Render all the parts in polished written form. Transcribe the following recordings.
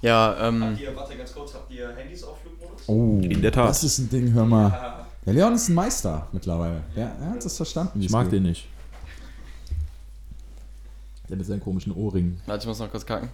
Ja, Warte ganz kurz, habt ihr Handys auf Flugmodus? Oh, In der Tat. das ist ein Ding, hör mal. Der Leon ist ein Meister mittlerweile. Er hat das verstanden. Ich mag den nicht. Der mit seinen komischen Ohrringen. warte, ich muss noch kurz kacken.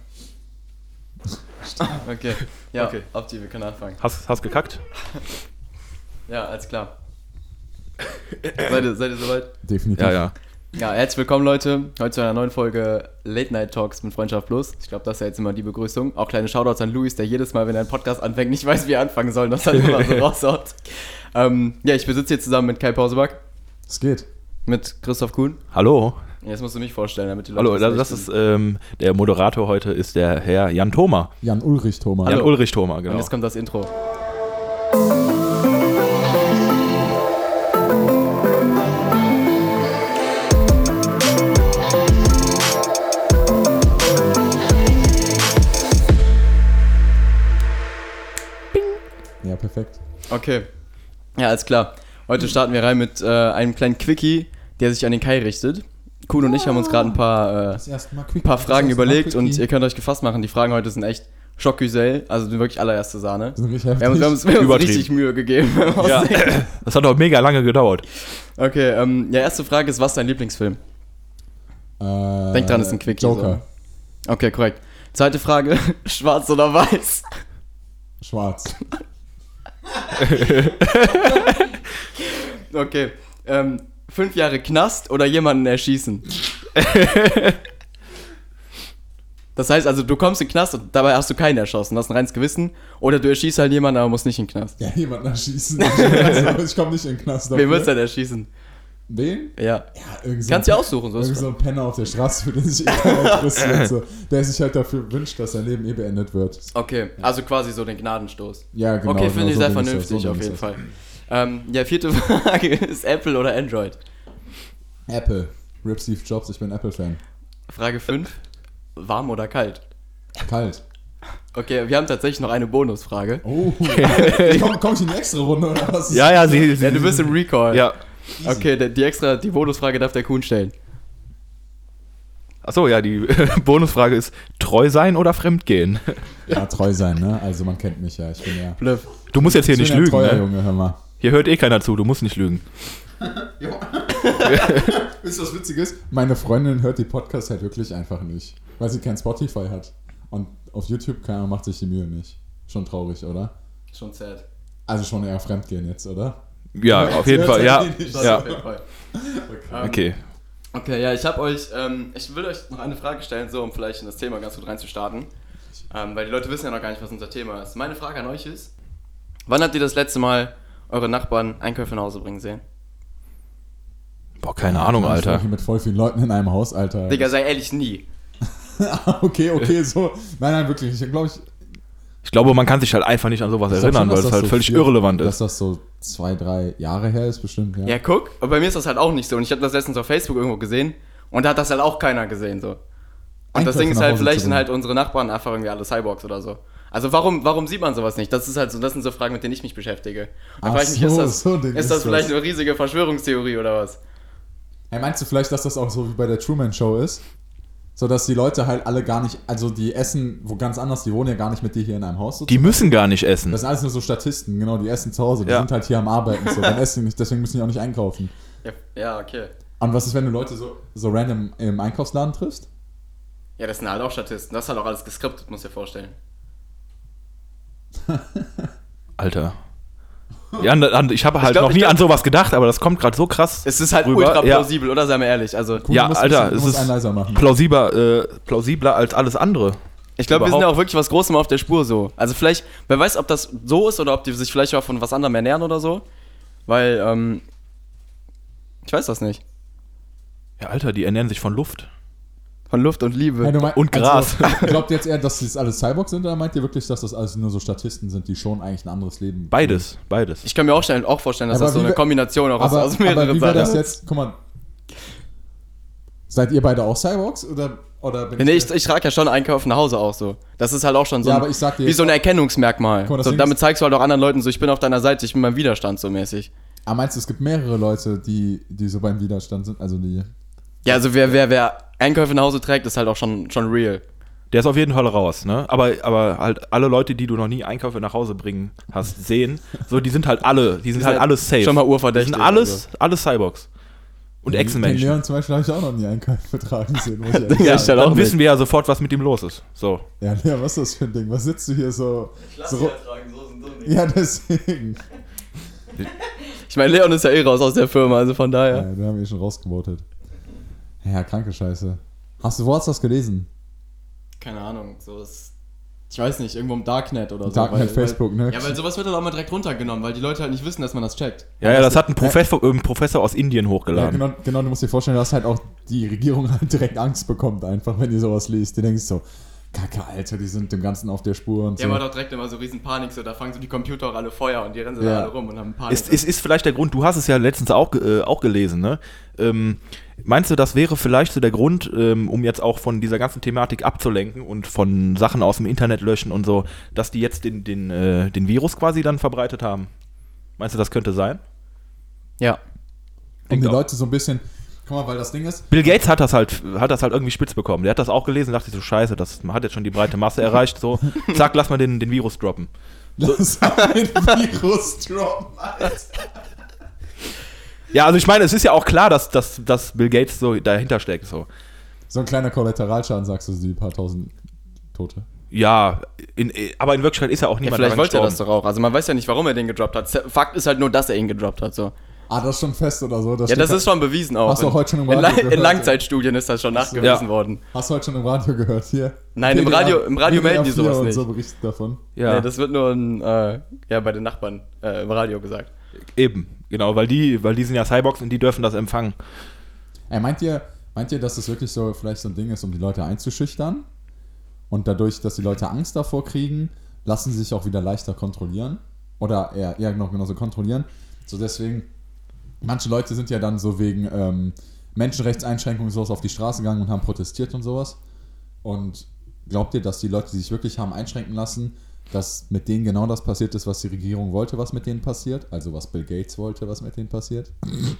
Okay, ja, Okay. wir können anfangen. Hast gekackt? Ja, alles klar. seid ihr soweit? Definitiv. Ja. Ja, herzlich willkommen, Leute. Heute zu einer neuen Folge Late Night Talks mit Freundschaft Plus. Ich glaube, das ist ja jetzt immer die Begrüßung. Auch kleine Shoutouts an Luis, der jedes Mal, wenn er einen Podcast anfängt, nicht weiß, wie er anfangen soll und das dann immer so raushaut. Ja, ich besitze hier zusammen mit Kai Pauseback, Es geht. mit Christoph Kuhn. Hallo. Jetzt musst du mich vorstellen, damit die Leute Hallo, das ist der Moderator heute ist der Herr Jan Thoma. Jan Ulrich Thoma. Jan Ulrich Thoma, Und genau. jetzt kommt das Intro. Ja, perfekt. Okay, ja, alles klar. Heute starten wir rein mit einem kleinen Quickie, der sich an den Kai richtet. Kuhn und ich haben uns gerade ein paar Fragen überlegt und ihr könnt euch gefasst machen. Die Fragen heute sind echt Schockgüsel, also wirklich allererste Sahne. Wir haben uns richtig Mühe gegeben. Ja, das hat auch mega lange gedauert. Okay, ja, erste Frage ist, was ist dein Lieblingsfilm? Denk dran, ist ein Quickie. Joker. So. Okay, korrekt. Zweite Frage, schwarz oder weiß? Schwarz. Okay, 5 Jahre Knast oder jemanden erschießen? Das heißt also, du kommst in den Knast und dabei hast du keinen erschossen, hast ein reines Gewissen. Oder du erschießt halt jemanden, aber musst nicht in den Knast. Ja, jemanden erschießen. Ich komme nicht in den Knast. Wen willst du denn erschießen? Wen? Ja. Ja, irgend so Kannst du aussuchen. irgend so ein Penner auf der Straße, für den sich keiner interessiert. So, der sich halt dafür wünscht, dass sein Leben beendet wird. Okay, also quasi so den Gnadenstoß. Ja, genau. Okay, finde ich sehr bin das, vernünftig so auf bin jeden ich Fall. Ja, vierte Frage ist Apple oder Android? das. Apple. Rip Steve Jobs, ich bin Apple-Fan. Frage 5, warm oder kalt? Kalt. Okay, wir haben tatsächlich noch eine Bonusfrage. Oh. Komm ich in die extra Runde oder was? Ja, sie Ja, du bist im Recall. Ja. Okay, die Bonusfrage darf der Kuhn stellen. Achso, ja, die Bonusfrage ist, treu sein oder fremdgehen? Ja, treu sein, ne? Also man kennt mich ja. Ich bin ja... Bluff. Du musst jetzt hier ich nicht bin lügen, ein treuer ne? Junge, hör mal. Hier hört keiner zu, du musst nicht lügen. Wisst ihr, was witzig ist? Meine Freundin hört die Podcasts halt wirklich einfach nicht. Weil sie kein Spotify hat. Und auf YouTube macht sich die Mühe nicht. Schon traurig, oder? Schon sad. Also schon eher Fremdgehen jetzt, oder? Ja, auf jeden Fall, ja. Das Ja. auf jeden Fall. Okay. Okay, ja, ich will euch noch eine Frage stellen, so um vielleicht in das Thema ganz gut reinzustarten. Weil die Leute wissen ja noch gar nicht, was unser Thema ist. Meine Frage an euch ist, wann habt ihr das letzte Mal eure Nachbarn Einkäufe nach Hause bringen sehen? Boah, keine Ahnung, Ich war Alter. hier mit voll vielen Leuten in einem Haus, Alter. Digga, sei ehrlich, nie. Okay, so. Nein, wirklich. Ich glaube, Ich glaube, man kann sich halt einfach nicht an sowas erinnern, weil es halt völlig irrelevant dass ist. das so 2-3 Jahre her ist, bestimmt, ja. Ja, guck, aber bei mir ist das halt auch nicht so. Und ich habe das letztens auf Facebook irgendwo gesehen und da hat das halt auch keiner gesehen, so. Und das Einkäufe Ding ist nach halt, Hause vielleicht zu sind bringen. halt unsere Nachbarn einfach irgendwie alle Cyborgs oder so. Also warum sieht man sowas nicht? Das ist halt so, das sind so Fragen, mit denen ich mich beschäftige. Da Ach frage ich mich, so, ist das vielleicht eine riesige Verschwörungstheorie oder was? Hey, meinst du vielleicht, dass das auch so wie bei der Truman Show ist? So, dass die Leute halt alle gar nicht, also die essen wo ganz anders, die wohnen ja gar nicht mit dir hier in einem Haus. Die müssen gar nicht essen. Das sind alles nur so Statisten, genau, die essen zu Hause, die Ja. sind halt hier am Arbeiten, so, dann essen die nicht, deswegen müssen die auch nicht einkaufen. Ja, okay. Und was ist, wenn du Leute so random im Einkaufsladen triffst? Ja, das sind halt auch Statisten. Das ist halt auch alles geskriptet, musst du dir vorstellen. Alter. Ja, ich habe halt glaub- noch ich nie glaub- an sowas gedacht, aber das kommt gerade so krass. Es ist halt rüber. ultra Ja. plausibel, oder? Seien wir ehrlich. Also, Cool, Ja, du musst Alter, du es musst ist einen leiser machen. plausibler als alles andere. ich glaube, wir sind ja Überhaupt. auch wirklich was Großem auf der Spur so. Also vielleicht, wer weiß, ob das so ist oder ob die sich vielleicht auch von was anderem ernähren oder so. Weil, ich weiß das nicht. Ja, Alter, die ernähren sich von Luft. Von Luft und Liebe. Hey, Und Gras. Also, glaubt ihr jetzt eher, dass das alles Cyborgs sind, oder meint ihr wirklich, dass das alles nur so Statisten sind, die schon eigentlich ein anderes Leben Beides. Ich kann mir auch vorstellen, dass Aber das so wie eine wär- Kombination auch Aber, aus aber mehreren wie wäre das Sachen. jetzt, guck mal, seid ihr beide auch Cyborgs, oder bin Nee, ich trage ja schon Einkaufen nach Hause auch so. Das ist halt auch schon so Ja, ein, aber ich sag dir wie jetzt so ein Erkennungsmerkmal. Guck mal, das So, Ding damit ist- zeigst du halt auch anderen Leuten so, ich bin auf deiner Seite, ich bin beim Widerstand so mäßig. Ah, meinst du, es gibt mehrere Leute, die so beim Widerstand sind, also die... Ja, also wer Einkäufe nach Hause trägt, ist halt auch schon real. Der ist auf jeden Fall raus, ne? Aber halt alle Leute, die du noch nie Einkäufe nach Hause bringen hast, sehen, so, die sind halt alle safe. Schon mal urverdächtig. Die sind alles Cyborgs. Und Echsenmenschen. Den Leon zum Beispiel habe ich auch noch nie Einkäufe tragen sehen. Dann wissen wir ja sofort, was mit ihm los ist. So. Ja, Leon, was ist das für ein Ding? Was sitzt du hier so... Ich lasse ja tragen, so sind so nicht. Ja, deswegen. Ich meine, Leon ist ja eh raus aus der Firma, also von daher. Ja, den haben wir schon rausgevotet. Ja, kranke Scheiße. Wo hast du das gelesen? Keine Ahnung, sowas. Ich weiß nicht, irgendwo im Darknet oder so. Darknet, Facebook, ne? Ja, weil sowas wird dann auch mal direkt runtergenommen, weil die Leute halt nicht wissen, dass man das checkt. Ja, das hat ein Professor aus Indien hochgeladen. Ja, genau, du musst dir vorstellen, dass halt auch die Regierung halt direkt Angst bekommt, einfach, wenn ihr sowas liest. Die denkst so, Kacke, Alter, die sind dem Ganzen auf der Spur und so. Ja, man hat auch direkt immer so riesen Panik, so, da fangen so die Computer auch alle Feuer und die rennen so da alle rum und haben Panik. Ist vielleicht der Grund, du hast es ja letztens auch gelesen, ne? Meinst du, das wäre vielleicht so der Grund, um jetzt auch von dieser ganzen Thematik abzulenken und von Sachen aus dem Internet löschen und so, dass die jetzt den Virus quasi dann verbreitet haben? Meinst du, das könnte sein? Ja. Um die Leute so ein bisschen... Guck mal, weil das Ding ist... Bill Gates hat das halt irgendwie spitz bekommen. Der hat das auch gelesen und dachte so, scheiße, man hat jetzt schon die breite Masse erreicht, so, zack, lass mal den Virus droppen. Lass mal den Virus droppen, Alter. Ja, also ich meine, es ist ja auch klar, dass Bill Gates so dahinter steckt. So ein kleiner Kollateralschaden, sagst du, die paar tausend Tote. Ja, aber in Wirklichkeit ist ja auch niemand vielleicht wollte er das doch auch. Also man weiß ja nicht, warum er den gedroppt hat. Fakt ist halt nur, dass er ihn gedroppt hat, so. Ah, das ist schon fest oder so? Das ist schon bewiesen auch. Hast du auch heute schon im Radio gehört? In Langzeitstudien ist das schon nachgewiesen worden. Hast du heute schon im Radio gehört, hier? Nein, im Radio melden die sowas nicht. So berichten davon. Ja. Nee, das wird nur bei den Nachbarn im Radio gesagt. Eben, genau, weil die sind ja Cyborgs und die dürfen das empfangen. Meint ihr, dass das wirklich so vielleicht so ein Ding ist, um die Leute einzuschüchtern? Und dadurch, dass die Leute Angst davor kriegen, lassen sie sich auch wieder leichter kontrollieren? Oder eher noch genauso kontrollieren? So deswegen, manche Leute sind ja dann so wegen Menschenrechtseinschränkungen sowas auf die Straße gegangen und haben protestiert und sowas. Und glaubt ihr, dass die Leute, die sich wirklich haben einschränken lassen, dass mit denen genau das passiert ist, was die Regierung wollte, was mit denen passiert? Also was Bill Gates wollte, was mit denen passiert?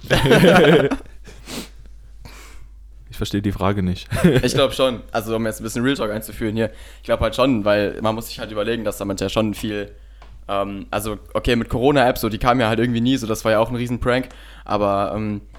Ich verstehe die Frage nicht. Ich glaube schon. Also um jetzt ein bisschen Real Talk einzuführen hier. Ich glaube halt schon, weil man muss sich halt überlegen, dass damit ja schon viel... also okay, mit Corona-App, so, die kam ja halt irgendwie nie, so, das war ja auch ein Riesen-Prank. Aber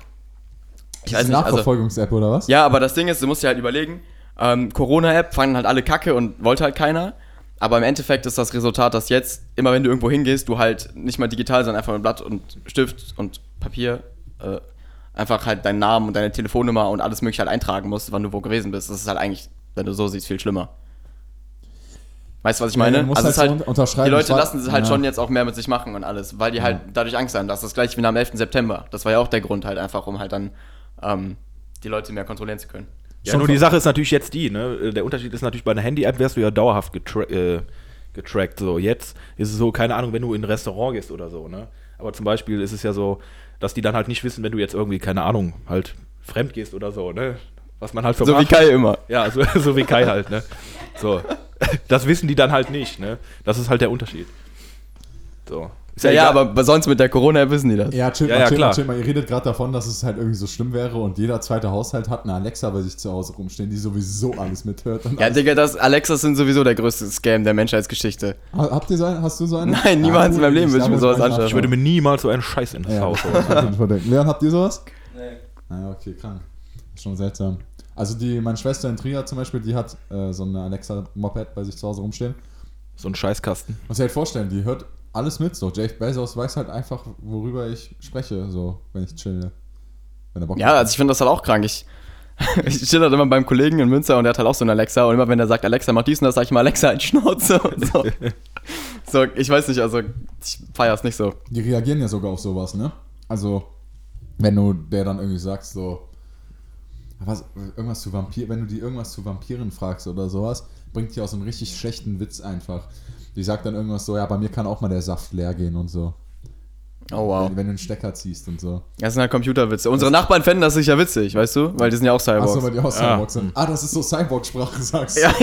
ich weiß nicht, Nachverfolgungs-App oder was? Ja, aber das Ding ist, du musst dir halt überlegen, Corona-App fanden halt alle Kacke und wollte halt keiner. Aber im Endeffekt ist das Resultat, dass jetzt, immer wenn du irgendwo hingehst, du halt nicht mal digital, sondern einfach mit Blatt und Stift und Papier einfach halt deinen Namen und deine Telefonnummer und alles mögliche halt eintragen musst, wann du wo gewesen bist. Das ist halt eigentlich, wenn du so siehst, viel schlimmer. Weißt du, was ich meine? Ja, also halt die Leute lassen es halt schon jetzt auch mehr mit sich machen und alles, weil die halt dadurch Angst haben. Das ist das gleiche wie am 11. September. Das war ja auch der Grund halt einfach, um halt dann die Leute mehr kontrollieren zu können. Ja, nur die Sache ist natürlich jetzt die, ne? Der Unterschied ist natürlich, bei einer Handy-App wärst du ja dauerhaft getrackt. So, jetzt ist es so, keine Ahnung, wenn du in ein Restaurant gehst oder so, ne? Aber zum Beispiel ist es ja so, dass die dann halt nicht wissen, wenn du jetzt irgendwie, keine Ahnung, halt fremd gehst oder so, ne? Was man halt so wie Kai immer. Ja, so wie Kai halt, ne? So. Das wissen die dann halt nicht, ne? Das ist halt der Unterschied. So. Ja, aber sonst mit der Corona wissen die das. Ja, chill mal. Ihr redet gerade davon, dass es halt irgendwie so schlimm wäre und jeder zweite Haushalt hat eine Alexa bei sich zu Hause rumstehen, die sowieso alles mithört. Und Digga, Alexas sind sowieso der größte Scam der Menschheitsgeschichte. Hast du so eine? Nein, niemals in meinem Leben würde ich mir sowas anschauen. Ich würde mir niemals so einen Scheiß ins Haus holen. Leon, habt ihr sowas? Nee. Ah, okay, krank. Ist schon seltsam. Also meine Schwester in Trier zum Beispiel, die hat so eine Alexa-Moped bei sich zu Hause rumstehen. So ein Scheißkasten. Muss ich halt vorstellen, die hört alles mit. So, Jeff Bezos weiß halt einfach, worüber ich spreche, so, wenn ich chill. Wenn er Bock hat. Also ich finde das halt auch krank. Ich chill halt immer beim Kollegen in Münster und der hat halt auch so eine Alexa und immer wenn er sagt, Alexa, mach dies und das, sag ich mal, Alexa, halt die Schnauze und so. So, ich weiß nicht, also ich feier's nicht so. Die reagieren ja sogar auf sowas, ne? Also, wenn du der dann irgendwie sagst, so, irgendwas zu wenn du die irgendwas zu Vampiren fragst oder sowas, bringt die auch so einen richtig schlechten Witz einfach. Die sagt dann irgendwas so, ja, bei mir kann auch mal der Saft leer gehen und so. Oh wow. Wenn du einen Stecker ziehst und so. Das sind halt Computerwitze. Unsere Nachbarn fänden das sicher witzig, weißt du? Weil die sind ja auch Cyborgs. Achso, weil die auch Cyborgs sind. Ah, das ist so Cyborg-Sprache, sagst du. Ja.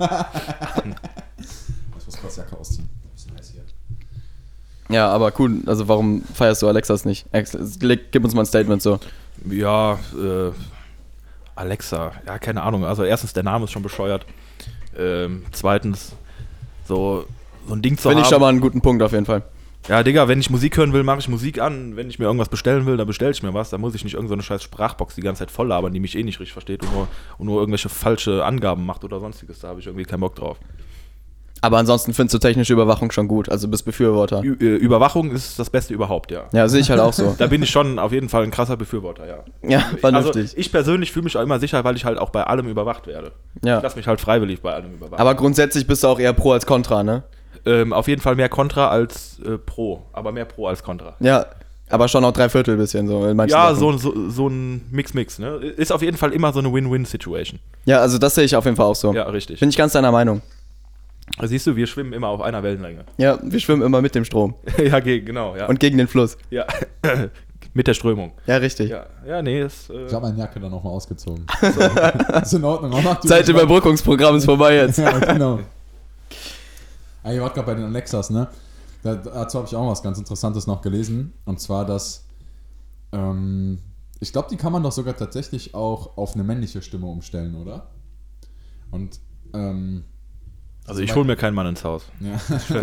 Ich muss kurz Jacke ausziehen. Bisschen heiß hier. Ja, aber cool. Also warum feierst du Alexas nicht? Gib uns mal ein Statement so. Ja, Alexa. Ja, keine Ahnung. Also erstens, der Name ist schon bescheuert. Zweitens, so ein Ding zu haben. Finde ich schon mal einen guten Punkt auf jeden Fall. Ja, Digga, wenn ich Musik hören will, mache ich Musik an. Wenn ich mir irgendwas bestellen will, dann bestelle ich mir was. Da muss ich nicht irgendeine scheiß Sprachbox die ganze Zeit voll labern, die mich eh nicht richtig versteht und nur irgendwelche falsche Angaben macht oder sonstiges. Da habe ich irgendwie keinen Bock drauf. Aber ansonsten findest du technische Überwachung schon gut, also bist Befürworter. Überwachung ist das Beste überhaupt, ja. Ja, sehe ich halt auch so. Da bin ich schon auf jeden Fall ein krasser Befürworter, ja. Ja, vernünftig. Also ich persönlich fühle mich auch immer sicher, weil ich halt auch bei allem überwacht werde. Ja. Ich lasse mich halt freiwillig bei allem überwachen. Aber grundsätzlich bist du auch eher Pro als Contra, ne? Auf jeden Fall mehr Contra als Pro, aber mehr Pro als Contra. Ja, aber schon auch 3/4 bisschen so in manchen Ja, Sachen. so ein Mix, ne? Ist auf jeden Fall immer so eine Win-Win-Situation. Ja, also das sehe ich auf jeden Fall auch so. Ja, richtig. Bin ich ganz deiner Meinung. Siehst du, wir schwimmen immer auf einer Wellenlänge. Ja, wir schwimmen immer mit dem Strom. Ja, genau, ja. Und gegen den Fluss. Ja, mit der Strömung. Ja, richtig. Ja, nee, ist... Ich habe meine Jacke dann nochmal ausgezogen. Ist in Ordnung. Zeitüberbrückungsprogramm ist vorbei jetzt. Ja, genau. Ihr wart gerade bei den Alexas, ne? Dazu habe ich auch was ganz Interessantes noch gelesen. Und zwar, dass ich glaube, die kann man doch sogar tatsächlich auch auf eine männliche Stimme umstellen, oder? Und also ich hole mir keinen Mann ins Haus. Ja.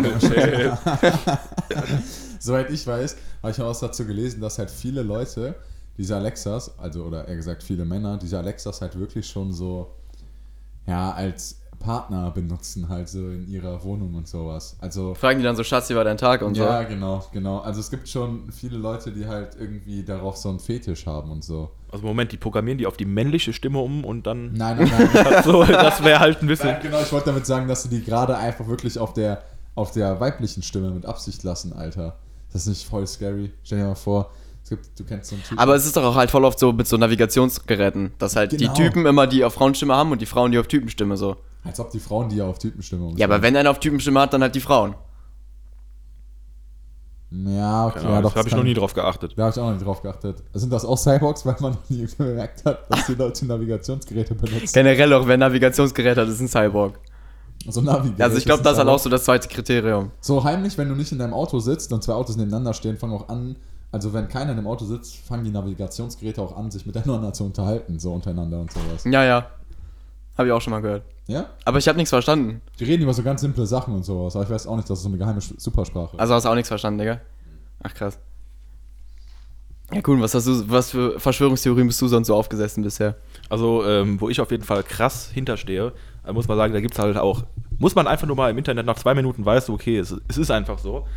Soweit ich weiß, habe ich auch was dazu gelesen, dass halt viele Leute diese Alexas, also oder eher gesagt viele Männer, diese Alexas halt wirklich schon so als Partner benutzen, halt so in ihrer Wohnung und sowas. Also Fragen die dann so, Schatz, wie war dein Tag und so? Ja, genau. Also es gibt schon viele Leute, die halt irgendwie darauf so einen Fetisch haben und so. Also Moment, die programmieren die auf die männliche Stimme um und dann... Nein. So, das wäre halt ein bisschen... Nein, genau, ich wollte damit sagen, dass sie die gerade einfach wirklich auf der weiblichen Stimme mit Absicht lassen, Alter. Das ist nicht voll scary? Stell dir mal vor, du kennst so einen Typen. Aber es ist doch auch halt voll oft so mit so Navigationsgeräten, dass halt die Typen immer die auf Frauenstimme haben und die Frauen die auf Typenstimme so. Als ob die Frauen die ja auf Typenstimme umstellen. Ja, aber wenn einer auf Typenstimme hat, dann halt die Frauen. Ja, okay. Genau, Ja, doch, da habe ich noch nie drauf geachtet. Da habe ich auch noch nie drauf geachtet. Sind das auch Cyborgs, weil man noch nie gemerkt hat, dass die Leute Navigationsgeräte benutzen? Generell auch, wer Navigationsgerät hat, ist ein Cyborg. So Navigator. Also ich glaube, das ist halt auch so das zweite Kriterium. So heimlich, wenn du nicht in deinem Auto sitzt und zwei Autos nebeneinander stehen, fangen auch an, also wenn keiner in dem Auto sitzt, fangen die Navigationsgeräte auch an, sich miteinander zu unterhalten, so untereinander und sowas. Ja. Habe ich auch schon mal gehört. Ja? Aber ich habe nichts verstanden. Die reden über so ganz simple Sachen und sowas, aber ich weiß auch nicht, dass es so eine geheime Supersprache ist. Also hast du auch nichts verstanden, Digga? Ach, krass. Ja, cool. Was für Verschwörungstheorien bist du sonst so aufgesessen bisher? Also, wo ich auf jeden Fall krass hinterstehe, muss man sagen, da gibt es halt auch, muss man einfach nur mal im Internet nach 2 Minuten weißt du, okay, es ist einfach so.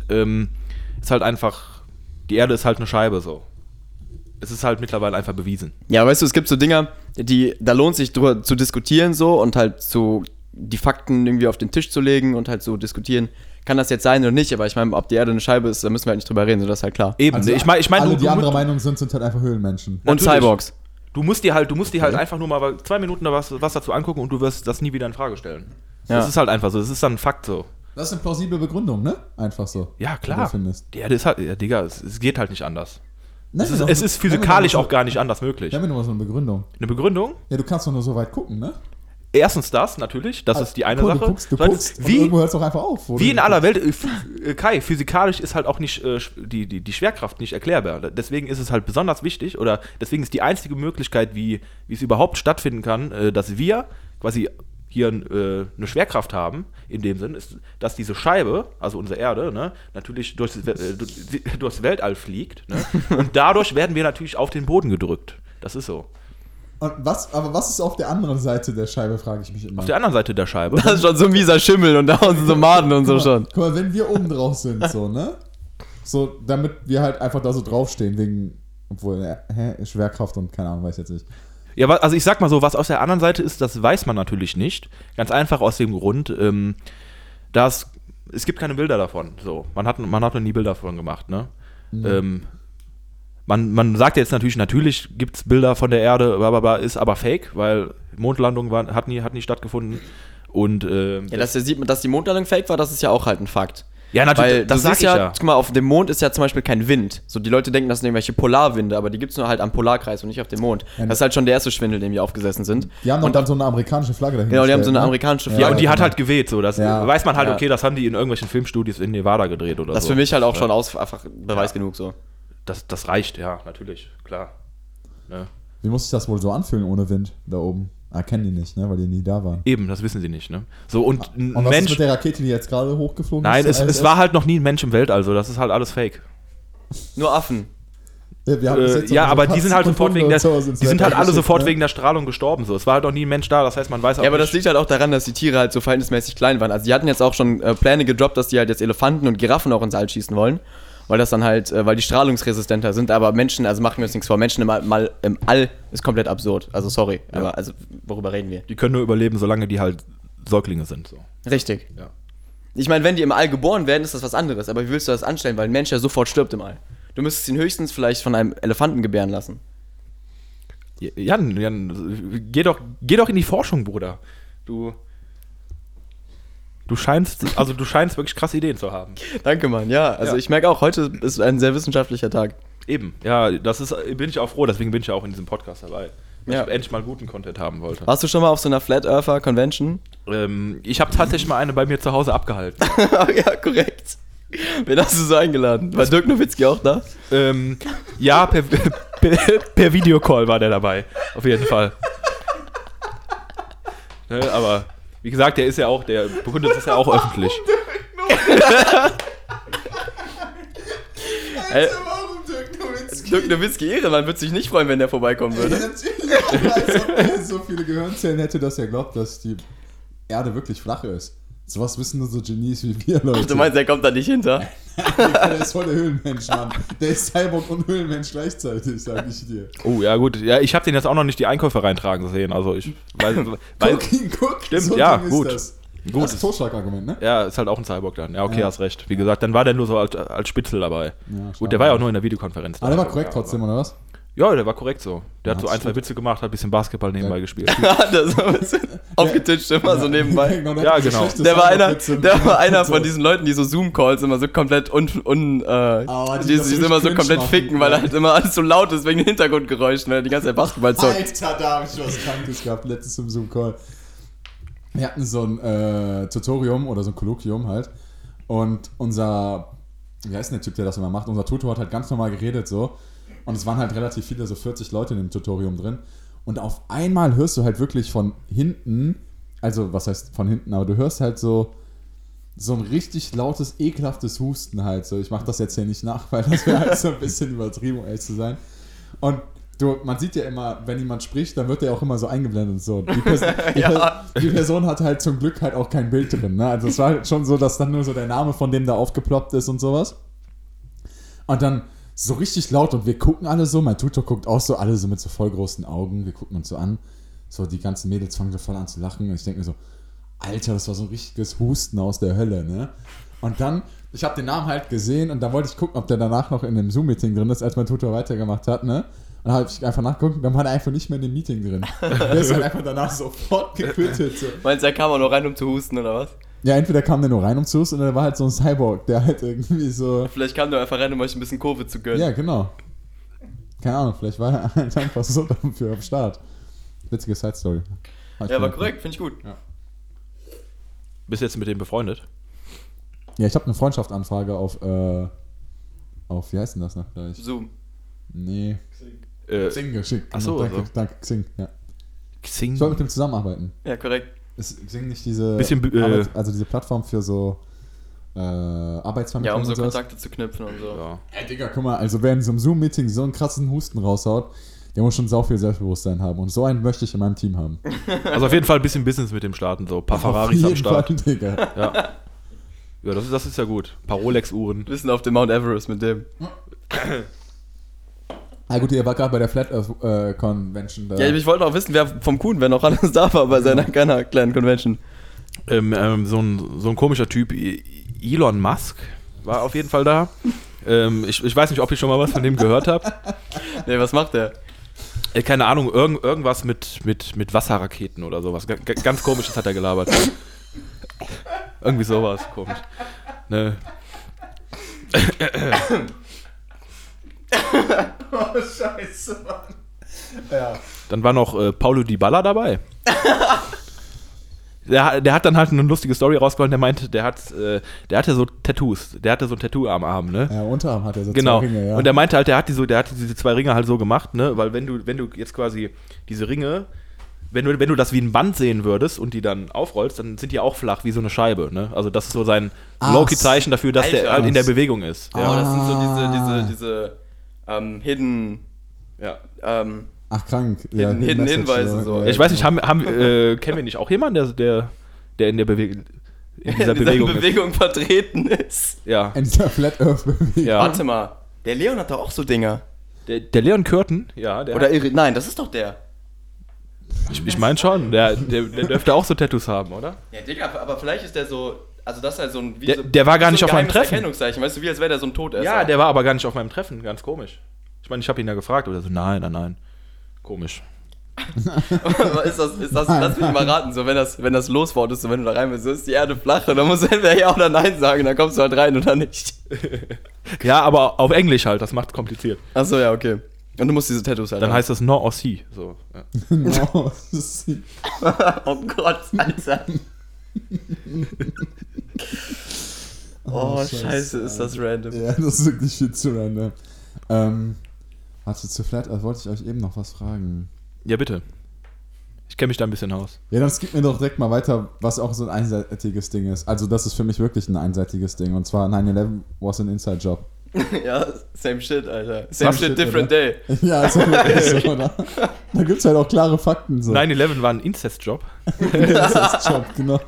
Ist halt einfach, die Erde ist halt eine Scheibe so. Es ist halt mittlerweile einfach bewiesen. Ja, weißt du, es gibt so Dinger, da lohnt sich drüber zu diskutieren so und halt so die Fakten irgendwie auf den Tisch zu legen und halt so diskutieren, kann das jetzt sein oder nicht, aber ich meine, ob die Erde eine Scheibe ist, da müssen wir halt nicht drüber reden, so das ist halt klar. Eben, Also, ich meine, alle, die anderer Meinung sind halt einfach Höhlenmenschen. Und Cyborgs. Du musst dir halt einfach nur mal 2 Minuten was dazu angucken und du wirst das nie wieder in Frage stellen. Ja. Das ist halt einfach so, das ist dann ein Fakt so. Das ist eine plausible Begründung, ne? Einfach so. Ja, klar. Die Erde ist halt, ja, Digga, es geht halt nicht anders. Es ist physikalisch auch gar nicht anders möglich. Wir haben nur so eine Begründung. Eine Begründung? Ja, du kannst doch nur so weit gucken, ne? Erstens das, natürlich, das ist die eine Sache. Du guckst und irgendwo hört es auch einfach auf. Wie in aller Welt, Kai, physikalisch ist halt auch nicht die Schwerkraft nicht erklärbar. Deswegen ist es halt besonders wichtig, oder deswegen ist die einzige Möglichkeit, wie es überhaupt stattfinden kann, dass wir quasi hier eine Schwerkraft haben, in dem Sinn, ist, dass diese Scheibe, also unsere Erde, ne, natürlich durchs Weltall fliegt, ne, und dadurch werden wir natürlich auf den Boden gedrückt. Das ist so. Und was ist auf der anderen Seite der Scheibe, frage ich mich immer. Auf der anderen Seite der Scheibe. Das ist schon so ein mieser Schimmel und da sind so Maden und so schon. Guck mal, wenn wir oben drauf sind, so, ne? So, damit wir halt einfach da so draufstehen, wegen, obwohl, Schwerkraft und keine Ahnung, weiß ich jetzt nicht. Ja, also ich sag mal so, was auf der anderen Seite ist, das weiß man natürlich nicht. Ganz einfach aus dem Grund, dass es gibt keine Bilder davon. So, man hat noch nie Bilder davon gemacht, ne? Mhm. Man sagt jetzt natürlich gibt es Bilder von der Erde, ist aber fake, weil Mondlandung hat nie stattgefunden. Und ja, dass die Mondlandung fake war, das ist ja auch halt ein Fakt. Ja, natürlich, weil das sag ich ja. Guck mal, auf dem Mond ist ja zum Beispiel kein Wind. So, die Leute denken, das sind irgendwelche Polarwinde, aber die gibt es nur halt am Polarkreis und nicht auf dem Mond. Ja, das ist halt schon der erste Schwindel, dem wir aufgesessen sind. Die haben dann so eine amerikanische Flagge dahinter. Genau, die haben so eine amerikanische Flagge. Ja, und die hat halt geweht, so. Das weiß man halt, ja. Okay, das haben die in irgendwelchen Filmstudios in Nevada gedreht oder das so. Das für mich halt auch schon einfach Beweis genug, so. Das reicht, ja, natürlich, klar. Ne? Wie muss sich das wohl so anfühlen ohne Wind da oben? Kennen die nicht, ne? Weil die nie da waren. Eben, das wissen sie nicht, ne? So, und ein was Mensch. ist mit der Rakete, die jetzt gerade hochgeflogen Nein, ist? es war halt noch nie ein Mensch im Weltall, so, das ist halt alles fake. Nur Affen. Wir haben aber die sind halt sofort wegen der, die sind halt alle sofort ne? wegen der Strahlung gestorben, so. Es war halt noch nie ein Mensch da, das heißt, man weiß auch Ja, aber das liegt halt auch daran, dass die Tiere halt so verhältnismäßig klein waren. Also die hatten jetzt auch schon Pläne gedroppt, dass die halt jetzt Elefanten und Giraffen auch ins All schießen wollen. Weil das dann halt, weil die strahlungsresistenter sind, aber Menschen, also machen wir uns nichts vor, Menschen im All ist komplett absurd. Also sorry, Ja. aber also worüber reden wir? Die können nur überleben, solange die halt Säuglinge sind, so. Richtig. Ja. Ich meine, wenn die im All geboren werden, ist das was anderes, aber wie willst du das anstellen, weil ein Mensch ja sofort stirbt im All? Du müsstest ihn höchstens vielleicht von einem Elefanten gebären lassen. Jan, geh doch in die Forschung, Bruder. Du scheinst wirklich krasse Ideen zu haben. Danke, Mann, ja. Also ich merke auch, heute ist ein sehr wissenschaftlicher Tag. Eben, ja, bin ich auch froh, deswegen bin ich ja auch in diesem Podcast dabei. Weil ich endlich mal guten Content haben wollte. Warst du schon mal auf so einer Flat Earther Convention? Ich habe tatsächlich mal eine bei mir zu Hause abgehalten. Ja, korrekt. Wen hast du so eingeladen? War Dirk Nowitzki auch da? Ja, per Videocall war der dabei. Auf jeden Fall. Ne, aber wie gesagt, der bekundet es ja auch öffentlich. Dirk Nowitzki Ehrenmann würde sich nicht freuen, wenn der vorbeikommen würde. Ja, natürlich. Als ob er so viele Gehirnzellen hätte, dass er glaubt, dass die Erde wirklich flach ist. Sowas wissen nur so Genies wie wir, Leute. Ach, du meinst, er kommt da nicht hinter? Der ist voll der Höhlenmensch, Mann. Der ist Cyborg und Höhlenmensch gleichzeitig, sag ich dir. Oh, ja gut. Ja, ich habe den jetzt auch noch nicht die Einkäufe reintragen sehen. Also ich weil Guck. Stimmt, so ja, Ding gut. ist das. Gut. Das ist ein Totschlagargument, ne? Ja, ist halt auch ein Cyborg dann. Ja, okay, Ja. hast recht. Wie gesagt, dann war der nur so als Spitzel dabei. Ja, Gut, der war ja auch nur in der Videokonferenz. Aber der war korrekt trotzdem, oder was? Ja, der war korrekt so. Der Ja, hat so ein, zwei Witze gemacht, hat ein bisschen Basketball nebenbei gespielt. Hat er so ein bisschen aufgetitscht immer so nebenbei. Ja, genau. Der war einer von diesen Leuten, die so Zoom-Calls immer so komplett die sich immer so komplett ficken, weil halt immer alles so laut ist wegen den Hintergrundgeräuschen, weil er die ganze Zeit Basketball zockt. Alter, da hab ich was Krankes gehabt, letztens im Zoom-Call. Wir hatten so ein Tutorium oder so ein Kolloquium halt. Und wie heißt denn der Typ, der das immer macht? Unser Tutor hat halt ganz normal geredet so. Und es waren halt relativ viele, so 40 Leute in dem Tutorium drin. Und auf einmal hörst du halt wirklich von hinten, also was heißt von hinten, aber du hörst halt so ein richtig lautes, ekelhaftes Husten halt. So, ich mach das jetzt hier nicht nach, weil das wäre halt so ein bisschen übertrieben, um ehrlich zu sein. Und man sieht ja immer, wenn jemand spricht, dann wird der auch immer so eingeblendet und so. Die Person hat halt zum Glück halt auch kein Bild drin. Ne? Also es war halt schon so, dass dann nur so der Name von dem da aufgeploppt ist und sowas. Und dann so richtig laut und wir gucken alle so, mein Tutor guckt auch so, alle so mit so voll großen Augen, wir gucken uns so an, so die ganzen Mädels fangen so voll an zu lachen und ich denke mir so, Alter, das war so ein richtiges Husten aus der Hölle, ne? Und dann, ich habe den Namen halt gesehen und dann wollte ich gucken, ob der danach noch in dem Zoom-Meeting drin ist, als mein Tutor weitergemacht hat, ne? Und dann habe ich einfach nachgeguckt und dann war er einfach nicht mehr in dem Meeting drin. Der ist halt einfach danach sofort gequittet. So. Meinst du, er kam auch noch rein, um zu husten, oder was? Ja, entweder kam der nur rein, um zu husten, oder der war halt so ein Cyborg, der halt irgendwie so... Vielleicht kam der einfach rein, um euch ein bisschen Kurve zu gönnen. Ja, genau. Keine Ahnung, vielleicht war er halt einfach so dafür am Start. Witzige Side-Story. Ja, war korrekt, finde ich gut. Ja. Bist du jetzt mit dem befreundet? Ja, ich habe eine Freundschaftsanfrage auf, wie heißt denn das noch gleich? Zoom. Nee. Xing geschickt. Achso, danke, also. Danke, Xing, ja. Xing? Ich soll mit dem zusammenarbeiten. Ja, korrekt. Ist Xing nicht diese also diese Plattform für so Arbeitsvermittlung? Ja, um so und sowas? Kontakte zu knüpfen und so. Ja. Ey, Digga, guck mal, also wer in so einem Zoom-Meeting so einen krassen Husten raushaut, der muss schon sau viel Selbstbewusstsein haben. Und so einen möchte ich in meinem Team haben. Also auf jeden Fall ein bisschen Business mit dem starten, so ein paar Ferraris am Start. Fall, Digga. Ja. Ja, das ist ja gut. Ein paar Rolex-Uhren. Wissen auf dem Mount Everest mit dem. Ah gut, ihr war gerade bei der Flat Earth Convention da. Ja, ich wollte auch wissen, wer vom Kuhn, wer noch alles da war bei seiner kleinen Convention. So ein komischer Typ, Elon Musk, war auf jeden Fall da. Ich weiß nicht, ob ich schon mal was von dem gehört habe. Nee, was macht der? Keine Ahnung, irgendwas mit Wasserraketen oder sowas. Ganz komisches hat er gelabert. Irgendwie sowas, komisch. Ne? Oh, scheiße, Mann. Ja. Dann war noch Paulo Dybala dabei. Der hat dann halt eine lustige Story rausgeholt, der meinte, der hatte so Tattoos. Der hatte so ein Tattoo am Arm, ne? Ja, Unterarm hat er so genau. 2 Ringe, ja. Und der meinte halt, der hat diese 2 Ringe halt so gemacht, ne? Weil wenn du jetzt quasi diese Ringe, wenn du das wie ein Band sehen würdest und die dann aufrollst, dann sind die auch flach, wie so eine Scheibe, ne? Also das ist so sein Loki-Zeichen dafür, dass der halt in der Bewegung ist. Ja, das sind so diese Hidden... Ja. Krank. Hidden Hinweise. So. Ja, ich weiß nicht, kennen wir nicht auch jemanden, der in der Bewegung vertreten ist? Ja. In dieser Flat Earth-Bewegung. Ja. Warte mal, der Leon hat doch auch so Dinger. Der Leon Curtin, ja. Nein, das ist doch der. Ich meine schon, der dürfte auch so Tattoos haben, oder? Ja, Digga, aber vielleicht ist der so, also das ist halt so ein... Der war gar nicht auf meinem Treffen. Erkennungszeichen, weißt du, wie als wäre der so ein Todesser. Ja, der war aber gar nicht auf meinem Treffen, ganz komisch. Ich meine, ich habe ihn ja gefragt oder so, nein. Komisch. ist das, lass mich mal raten, so wenn das Loswort ist, so wenn du da rein willst, so ist die Erde flach und dann musst du entweder ja oder nein sagen, dann kommst du halt rein oder nicht. Ja, aber auf Englisch halt, das macht's kompliziert. Achso, ja, okay. Und du musst diese Tattoos halt dann heißt das No or See. So, ja. No, see. Oh Gott, Alter. Oh, Scheiße, ist das random. Ja, das ist wirklich viel zu random. Warte, zu Flat Earth wollte ich euch eben noch was fragen. Ja, bitte. Ich kenne mich da ein bisschen aus. Ja, dann skip mir doch direkt mal weiter, was auch so ein einseitiges Ding ist. Also das ist für mich wirklich ein einseitiges Ding. Und zwar 9/11 was an Inside Job. Ja, same shit, Alter. Same shit, different day. Ja, ist auch wirklich so, oder? Da gibt's halt auch klare Fakten. So. 9/11 war ein Incest-Job. Incest-Job, genau.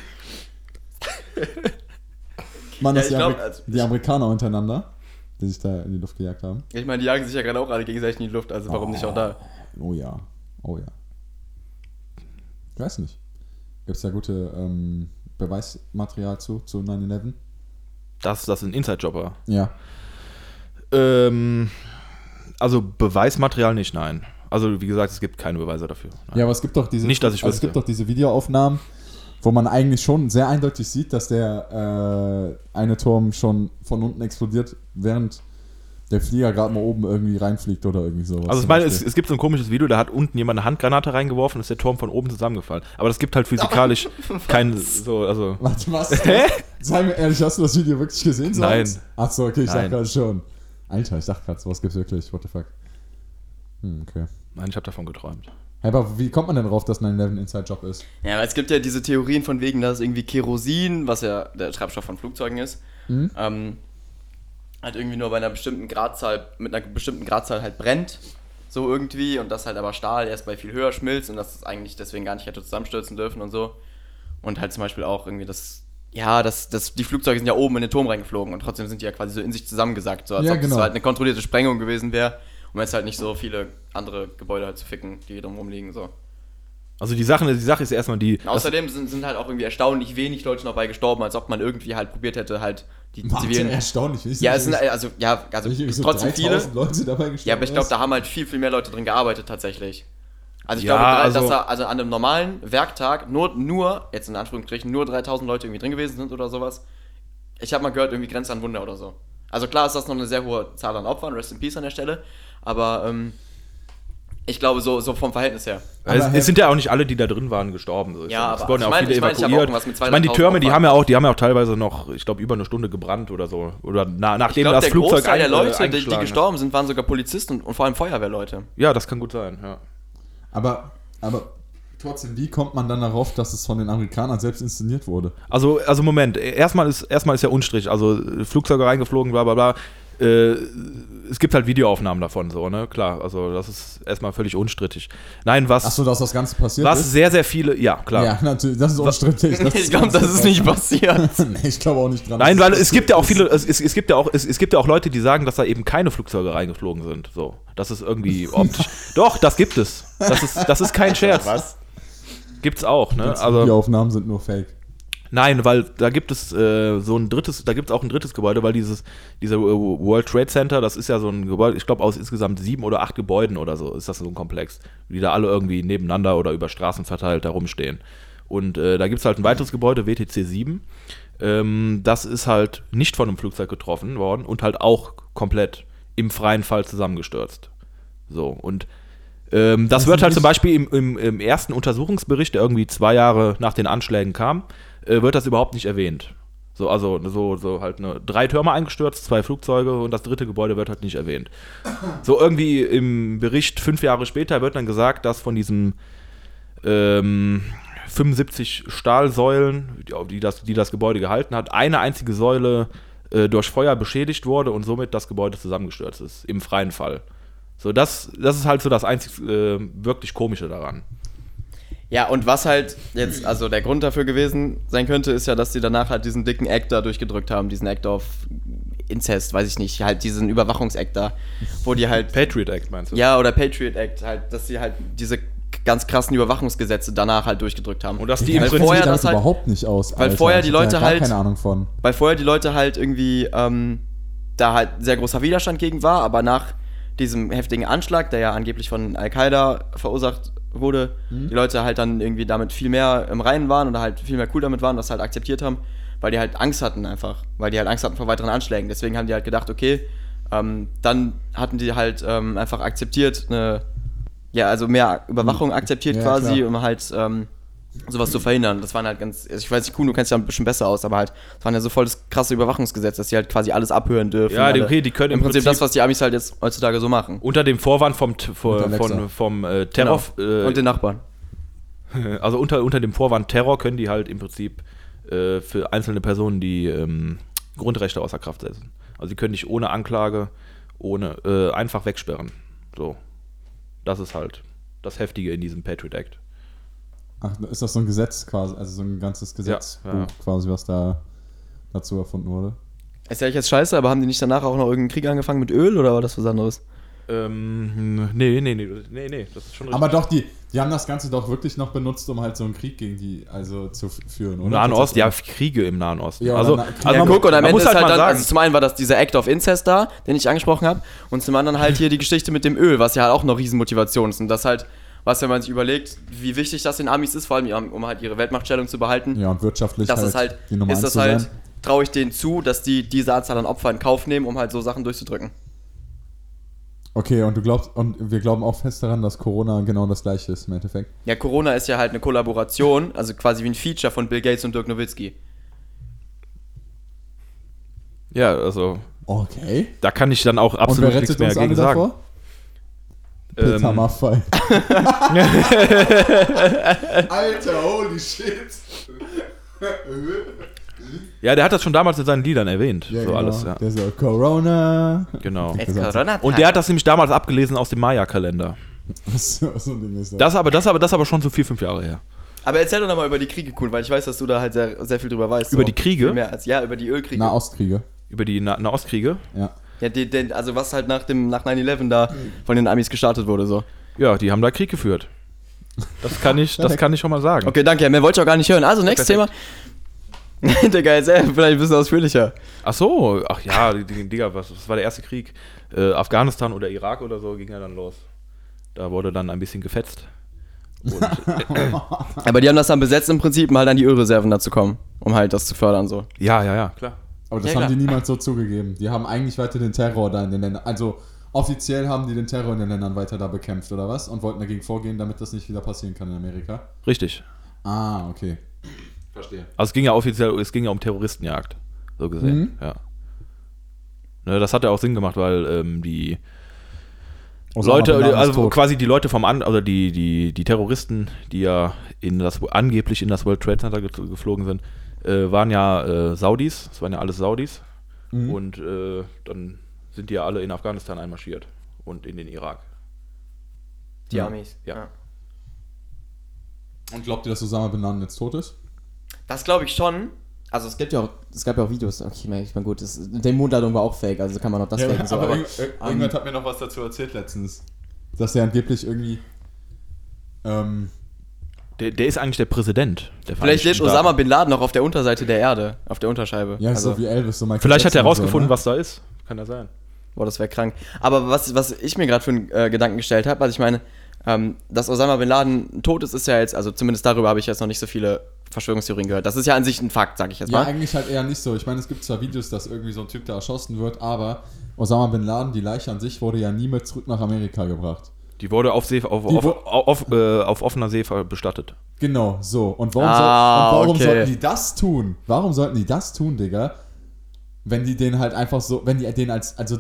Mann, das die Amerikaner untereinander, die sich da in die Luft gejagt haben. Ich meine, die jagen sich ja gerade auch alle gegenseitig in die Luft, also warum nicht auch da? Oh ja. Ich weiß nicht. Gibt's da gute Beweismaterial zu 9/11? Dass das ein Inside-Job war? Ja. Also Beweismaterial nicht, nein. Also wie gesagt, es gibt keine Beweise dafür. Nein. Ja, aber es gibt doch diese, nicht, dass ich wüsste. Es gibt doch diese Videoaufnahmen, wo man eigentlich schon sehr eindeutig sieht, dass der eine Turm schon von unten explodiert, während der Flieger gerade mal oben irgendwie reinfliegt oder irgendwie sowas. Also ich meine, es gibt so ein komisches Video, da hat unten jemand eine Handgranate reingeworfen und ist der Turm von oben zusammengefallen. Aber das gibt halt physikalisch kein so, also... Warte, was? Sei mir ehrlich, hast du das Video wirklich gesehen? Nein. Achso, okay, ich dachte gerade schon. Alter, ich dachte gerade, sowas gibt's wirklich, what the fuck. Okay. Nein, ich habe davon geträumt. Hey, aber wie kommt man denn drauf, dass 9/11 Inside-Job ist? Ja, weil es gibt ja diese Theorien von wegen, dass irgendwie Kerosin, was ja der Treibstoff von Flugzeugen ist, halt irgendwie nur bei einer bestimmten Gradzahl, mit einer bestimmten Gradzahl halt brennt, so irgendwie, und dass halt aber Stahl erst bei viel höher schmilzt und dass es eigentlich deswegen gar nicht hätte zusammenstürzen dürfen und so. Und halt zum Beispiel auch irgendwie die Flugzeuge sind ja oben in den Turm reingeflogen und trotzdem sind die ja quasi so in sich zusammengesackt, so als ob es halt eine kontrollierte Sprengung gewesen wäre, um jetzt halt nicht so viele andere Gebäude halt zu ficken, die drumherum liegen, so. Also die Sache ist erstmal die... Außerdem sind halt auch irgendwie erstaunlich wenig Leute noch bei gestorben, als ob man irgendwie halt probiert hätte, halt die zivilen... erstaunlich. Ja, es sind also so trotzdem viele. Leute dabei gestorben. Ja, aber ich glaube, da haben halt viel, viel mehr Leute drin gearbeitet tatsächlich. Also ich Ja, glaube, also- dass da also an einem normalen Werktag nur, jetzt in Anführungsstrichen, nur 3000 Leute irgendwie drin gewesen sind oder sowas. Ich habe mal gehört, irgendwie Grenze an Wunder oder so. Also klar ist das noch eine sehr hohe Zahl an Opfern, Rest in Peace an der Stelle, aber ich glaube, so vom Verhältnis her. Es sind ja auch nicht alle, die da drin waren, gestorben. So. Ja, es aber wurden ja auch viele ich habe auch evakuiert. irgendwas mit Ich meine, die 200.000 Türme, die Opfern. haben ja auch teilweise noch, ich glaube, über eine Stunde gebrannt oder so. Oder nachdem Ich glaube, das der Flugzeug Großteil der Leute, die eingeschlagen ist. gestorben sind, waren sogar Polizisten und vor allem Feuerwehrleute. Ja, das kann gut sein, ja. Aber trotzdem, wie kommt man dann darauf, dass es von den Amerikanern selbst inszeniert wurde? Also Moment, erstmal ist ja unstrittig. Also Flugzeuge reingeflogen, bla bla bla. Es gibt halt Videoaufnahmen davon, so, ne? Klar, also das ist erstmal völlig unstrittig. Nein, Achso, dass das Ganze passiert was ist? sehr, sehr viele, ja, klar. Ja, natürlich, das ist unstrittig. Ich glaube, das ist nicht passiert. Nee, ich glaube auch nicht dran. Nein, weil es gibt ja auch viele, es gibt ja auch Leute, die sagen, dass da eben keine Flugzeuge reingeflogen sind. So, das ist irgendwie optisch. Doch, das gibt es. Das ist kein Scherz. Was? Die Gibt's auch, ne? ganzen Also Videoaufnahmen sind nur fake. nein, weil da gibt es da gibt es auch ein drittes Gebäude, weil dieser World Trade Center, das ist ja so ein Gebäude, ich glaube aus insgesamt 7 oder 8 Gebäuden oder so, ist das so ein Komplex, die da alle irgendwie nebeneinander oder über Straßen verteilt da rumstehen. Und da gibt es halt ein weiteres Gebäude, WTC 7, das ist halt nicht von einem Flugzeug getroffen worden und halt auch komplett im freien Fall zusammengestürzt. So, und das wird halt zum Beispiel im ersten Untersuchungsbericht, der irgendwie 2 Jahre nach den Anschlägen kam, wird das überhaupt nicht erwähnt. So halt 3 Türme eingestürzt, 2 Flugzeuge und das dritte Gebäude wird halt nicht erwähnt. So irgendwie im Bericht 5 Jahre später wird dann gesagt, dass von diesem 75 Stahlsäulen, die das Gebäude gehalten hat. Eine einzige Säule durch Feuer beschädigt wurde und somit das Gebäude zusammengestürzt ist, im freien Fall. So, das ist halt so das einzig wirklich Komische daran. Ja, und was halt jetzt, also der Grund dafür gewesen sein könnte, ist ja, dass die danach halt diesen dicken Act da durchgedrückt haben, diesen Act of Incest, weiß ich nicht, halt diesen Überwachungsact da, wo die halt... Patriot Act meinst du? Ja, oder Patriot Act, halt, dass sie halt diese ganz krassen Überwachungsgesetze danach halt durchgedrückt haben. Und dass die im im Prinzip vorher das das halt, überhaupt nicht aus, weil Alter. vorher die Ich hab Leute da gar halt, keine Ahnung von. weil vorher die Leute halt irgendwie da halt sehr großer Widerstand gegen war, aber nach diesem heftigen Anschlag, der ja angeblich von Al-Qaida verursacht wurde, die Leute halt dann irgendwie damit viel mehr im Reinen waren oder halt viel mehr cool damit waren, das halt akzeptiert haben, weil die halt Angst hatten einfach, weil die halt Angst hatten vor weiteren Anschlägen. Deswegen haben die halt gedacht, okay, dann hatten die halt einfach akzeptiert, also mehr Überwachung akzeptiert quasi, klar. um halt sowas zu verhindern. Das waren halt ich weiß nicht, Kuhn, du kennst ja ein bisschen besser aus, aber halt, das waren ja so voll das krasse Überwachungsgesetz, dass die halt quasi alles abhören dürfen. Ja, okay, die können im Prinzip das, was die Amis halt jetzt heutzutage so machen. Unter dem Vorwand vom Terror... Genau. Und den Nachbarn. Also unter dem Vorwand Terror können die halt im Prinzip für einzelne Personen die Grundrechte außer Kraft setzen. Also die können dich ohne Anklage, einfach wegsperren. So. Das ist halt das Heftige in diesem Patriot Act. Ach, ist das so ein Gesetz quasi, also so ein ganzes Gesetzbuch quasi, was da dazu erfunden wurde? Ist ja jetzt scheiße, aber haben die nicht danach auch noch irgendeinen Krieg angefangen mit Öl oder war das was anderes? Nee, das ist schon richtig. Aber doch, die haben das Ganze doch wirklich noch benutzt, um halt so einen Krieg gegen die, also zu führen, oder? Im Nahen Osten, ja, Kriege im Nahen Osten. Ja, also guck, und am Ende ist halt dann, sagen, also zum einen war das dieser Act of Incest da, den ich angesprochen habe, und zum anderen halt hier die Geschichte mit dem Öl, was ja halt auch noch Riesenmotivation ist. Und das halt, was, wenn man sich überlegt, wie wichtig das den Amis ist, vor allem um halt ihre Weltmachtstellung zu behalten. Ja, und wirtschaftlich das ist halt, die Nummer 1 zu sein. Traue ich denen zu, dass die diese Anzahl an Opfern in Kauf nehmen, um halt so Sachen durchzudrücken. Okay, und wir glauben auch fest daran, dass Corona genau das gleiche ist im Endeffekt. Ja, Corona ist ja halt eine Kollaboration, also quasi wie ein Feature von Bill Gates und Dirk Nowitzki. Ja, also okay. Da kann ich dann auch absolut nichts mehr gegen sagen. Davor? Peter Maffay. Alter, holy shit. Ja, der hat das schon damals in seinen Liedern erwähnt. Ja, so genau. alles, ja. Der so, Corona. Genau. Corona Und der hat das nämlich damals abgelesen aus dem Maya-Kalender. So ein Ding ist das. Das aber schon so 4-5 Jahre her. Aber erzähl doch nochmal über die Kriege, cool, weil ich weiß, dass du da halt sehr, sehr viel drüber weißt. Über die Kriege? Viel mehr als, ja, über die Ölkriege. Nahostkriege. Über die Nahostkriege? Ja. Ja, also was halt nach 9/11 da von den Amis gestartet wurde, so. Ja, die haben da Krieg geführt. Das kann ich schon mal sagen. Okay, danke, mehr wollte ich auch gar nicht hören. Also, nächstes Thema. Digga, jetzt vielleicht ein bisschen ausführlicher. Ach so, ach ja, Digga, was war der erste Krieg? Afghanistan oder Irak oder so ging ja dann los. Da wurde dann ein bisschen gefetzt. Aber die haben das dann besetzt im Prinzip, um halt an die Ölreserven da zu kommen, um halt das zu fördern, so. Ja, klar. Aber das Ja, haben klar. die niemals so zugegeben. Die haben eigentlich weiter den Terror da in den Ländern, also offiziell haben die den Terror in den Ländern weiter da bekämpft, oder was? Und wollten dagegen vorgehen, damit das nicht wieder passieren kann in Amerika. Richtig. Ah, okay. Verstehe. Also es ging ja um Terroristenjagd, so gesehen, ja. Ne, das hat ja auch Sinn gemacht, weil die Leute, also quasi die Leute also die Terroristen, die ja angeblich in das World Trade Center geflogen sind, waren ja Saudis, das waren ja alles Saudis. Und dann sind die ja alle in Afghanistan einmarschiert und in den Irak. Die Amis. Ja. Und glaubt ihr, dass Osama Bin Laden jetzt tot ist? Das glaube ich schon. Also es gab ja auch Videos, okay, ich meine gut, die Mondlandung war auch fake, also kann man auch das faken. So, aber irgendjemand hat mir noch was dazu erzählt letztens, dass er angeblich irgendwie Der ist eigentlich der Präsident der vielleicht lebt Vereinigten Osama Staaten. Bin Laden noch auf der Unterseite der Erde, auf der Unterscheibe. ja, also, so wie Elvis, so Michael Vielleicht hat er Jackson und rausgefunden, so, ne? was da ist. Kann ja sein. Boah, das wäre krank. Aber was ich mir gerade für einen Gedanken gestellt habe, also ich meine, dass Osama Bin Laden tot ist ja jetzt, also zumindest darüber habe ich jetzt noch nicht so viele Verschwörungstheorien gehört. Das ist ja an sich ein Fakt, sag ich jetzt mal. Ja, eigentlich halt eher nicht so. Ich meine, es gibt zwar Videos, dass irgendwie so ein Typ da erschossen wird, aber Osama Bin Laden, die Leiche an sich, wurde ja nie mehr zurück nach Amerika gebracht. Die wurde auf offener See bestattet. Genau, so. Und warum okay. sollten die das tun? Warum sollten die das tun, Digga? Wenn die den halt einfach so, wenn die den also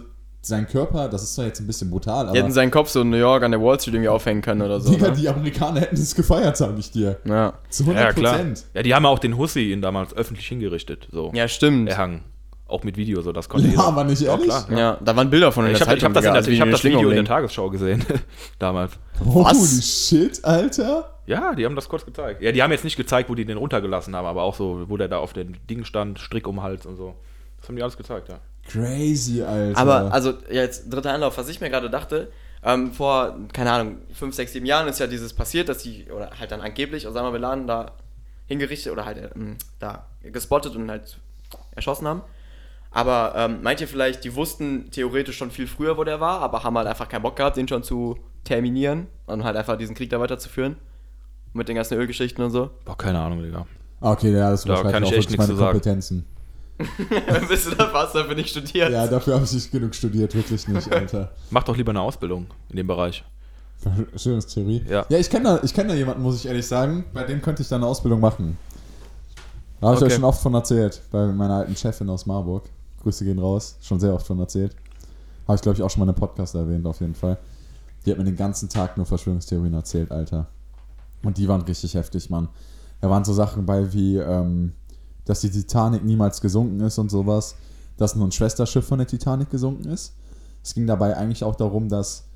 sein Körper, das ist zwar jetzt ein bisschen brutal, aber... Die hätten seinen Kopf so in New York an der Wall Street irgendwie aufhängen können oder so. Digga, Ne? die Amerikaner hätten es gefeiert, sag ich dir. Ja. Zu 100%. Ja, klar. Ja, die haben ja auch den Hussein damals öffentlich hingerichtet. So. Ja, stimmt. Erhangen. Auch mit Video, so das konnte Ja, aber nicht ehrlich? klar. Ja, da waren Bilder von in Ich der habe Zeitung. das, ich hab das Video in der Schlingung. Tagesschau gesehen. Damals. Holy shit, Alter. Ja, die haben das kurz gezeigt. Ja, die haben jetzt nicht gezeigt, wo die den runtergelassen haben, aber auch so, wo der da auf dem Ding stand, Strick um den Hals und so. Das haben die alles gezeigt, ja. Crazy, Alter. Aber, also, jetzt dritter Anlauf, was ich mir gerade dachte, vor, keine Ahnung, 5, 6, 7 Jahren ist ja dieses passiert, dass die, oder halt dann angeblich Osama Bin Laden da hingerichtet oder halt da gespottet und halt erschossen haben. Aber meint ihr vielleicht, die wussten theoretisch schon viel früher, wo der war, aber haben halt einfach keinen Bock gehabt, den schon zu terminieren und halt einfach diesen Krieg da weiterzuführen? Mit den ganzen Ölgeschichten und so? Boah, keine Ahnung, Digga. Okay, ja, das Da kann überschreitet ich auch echt wirklich nichts meine zu sagen. Kompetenzen. Bist du da fast dafür nicht studiert? Ja, dafür habe ich nicht genug studiert, wirklich nicht, Alter. Mach doch lieber eine Ausbildung in dem Bereich. Verschwörungstheorie. Ja. Ja, ich kenn da jemanden, muss ich ehrlich sagen, bei dem könnte ich dann eine Ausbildung machen. Da habe ich Okay. euch schon oft von erzählt, bei meiner alten Chefin aus Marburg. Grüße gehen raus, schon sehr oft von erzählt. Habe ich, glaube ich, auch schon mal in einem Podcast erwähnt, auf jeden Fall. Die hat mir den ganzen Tag nur Verschwörungstheorien erzählt, Alter. Und die waren richtig heftig, Mann. Da waren so Sachen bei wie, dass die Titanic niemals gesunken ist und sowas. Dass nur ein Schwesterschiff von der Titanic gesunken ist. Es ging dabei eigentlich auch darum, dass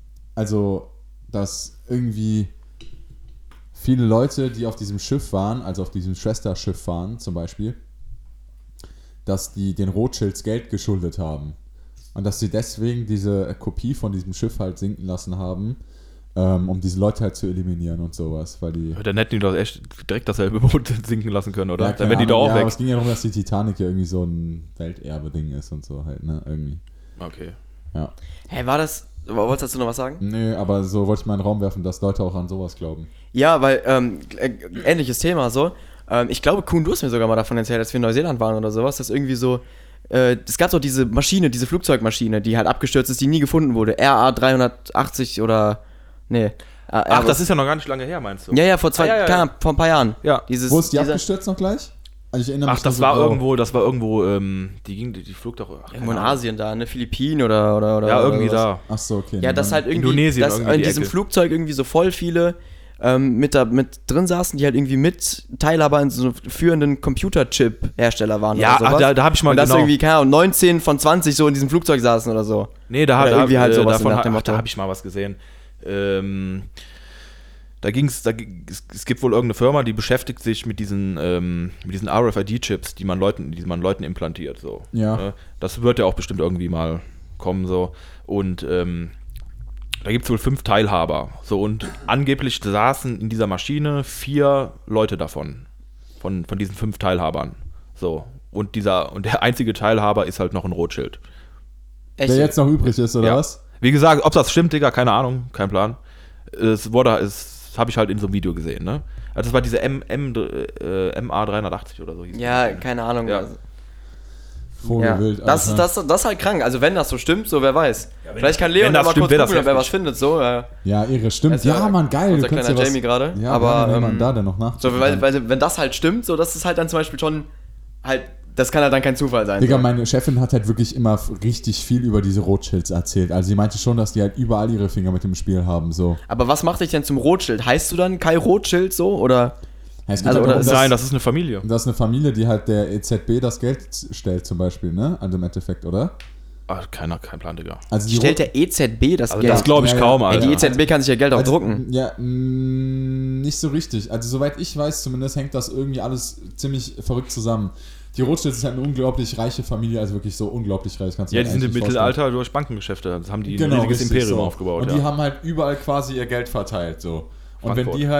irgendwie viele Leute, die auf diesem Schiff waren, also auf diesem Schwesterschiff waren zum Beispiel, dass die den Rothschilds Geld geschuldet haben. Und dass sie deswegen diese Kopie von diesem Schiff halt sinken lassen haben, um diese Leute halt zu eliminieren und sowas. Weil die... Dann hätten die doch echt direkt dasselbe Boot sinken lassen können, oder? Ja, Dann wären die doch auch ja, weg. aber es ging ja darum, dass die Titanic ja irgendwie so ein Welterbe-Ding ist und so halt, ne? Irgendwie. Okay. Ja. Hey, wolltest du noch was sagen? Nö, aber so wollte ich mal in den Raum werfen, dass Leute auch an sowas glauben. Ja, weil, ähnliches Thema so. Ich glaube, Kuhn, du hast mir sogar mal davon erzählt, als wir in Neuseeland waren oder sowas, dass irgendwie so, es gab so diese Maschine, diese Flugzeugmaschine, die halt abgestürzt ist, die nie gefunden wurde. RA 380 oder, nee. Ach, das ist ja noch gar nicht lange her, meinst du? Ja, vor ja. vor ein paar Jahren. Ja. Wo ist die abgestürzt noch gleich? Also ich erinnere mich Ach, das nur war so irgendwo, die flog doch... ach, Irgendwo in keine Ahnung. Asien da, ne, Philippinen oder Ja, irgendwie oder was. da. Ach so, okay. Ja, das halt irgendwie, Indonesien dass irgendwie in die diesem Ecke. Flugzeug irgendwie so voll viele mit drin saßen, die halt irgendwie mit Teilhaber in so führenden Computerchip-Hersteller waren Ja, oder sowas. ach, da hab ich mal und dass genau- irgendwie, keine Ahnung, 19 von 20 so in diesem Flugzeug saßen oder so. Nee, da Oder irgendwie halt sowas nach dem da Motto. habe ich mal was gesehen. Es gibt wohl irgendeine Firma, die beschäftigt sich mit diesen RFID-Chips, die man Leuten implantiert. So. Ja. Ne? Das wird ja auch bestimmt irgendwie mal kommen. So. Und da gibt es wohl 5 Teilhaber. So, und angeblich saßen in dieser Maschine 4 Leute davon. Von diesen 5 Teilhabern. So. Und der einzige Teilhaber ist halt noch ein Rothschild. Echt? Der jetzt noch übrig ist, oder Ja. was? Wie gesagt, ob das stimmt, Digga, keine Ahnung, kein Plan. Das habe ich halt in so einem Video gesehen, ne? Also das war diese MA 380 oder so hieß Ja, keine Ahnung. Ja. Also, Vogelwild, das Alter. ist halt krank. Also wenn das so stimmt, so wer weiß. Vielleicht kann Leon wenn das mal stimmt, kurz wär das gucken, ob er was heftig. findet. So, Ja, irre, stimmt. ist ja Ja, Mann, geil. unser du kannst kleiner ja Jamie gerade. Ja, Aber, aber jemand da, der noch nach. so, weil wenn das halt stimmt, so, das ist halt dann zum Beispiel schon halt, das kann halt dann kein Zufall sein. Digga, so. meine Chefin hat halt wirklich immer richtig viel über diese Rothschilds erzählt. Also sie meinte schon, dass die halt überall ihre Finger mit dem Spiel haben, so. Aber was macht dich denn zum Rothschild? Heißt du dann Kai Rothschild so, oder? Ja, es geht Also, halt oder darum, ist Nein, das ist eine Familie. das ist eine Familie, die halt der EZB das Geld stellt, zum Beispiel, ne? Also im Endeffekt, oder? Ach, kein Plan, Digga. Also die Stellt der EZB das Also Geld? das glaube ich Ja, ja. kaum, Ey, Alter. die EZB kann sich ja Geld auch drucken. Ja, nicht so richtig. Also soweit ich weiß, zumindest hängt das irgendwie alles ziemlich verrückt zusammen. Die Rothschilds ist halt eine unglaublich reiche Familie, also wirklich so unglaublich reich. Kannst du Ja, dir die sind im eigentlich nicht Mittelalter durch Bankengeschäfte, das haben die vorstellen. ein riesiges richtig Imperium so. aufgebaut. Und Ja. die haben halt überall quasi ihr Geld verteilt, so. Und wenn Frankfurt.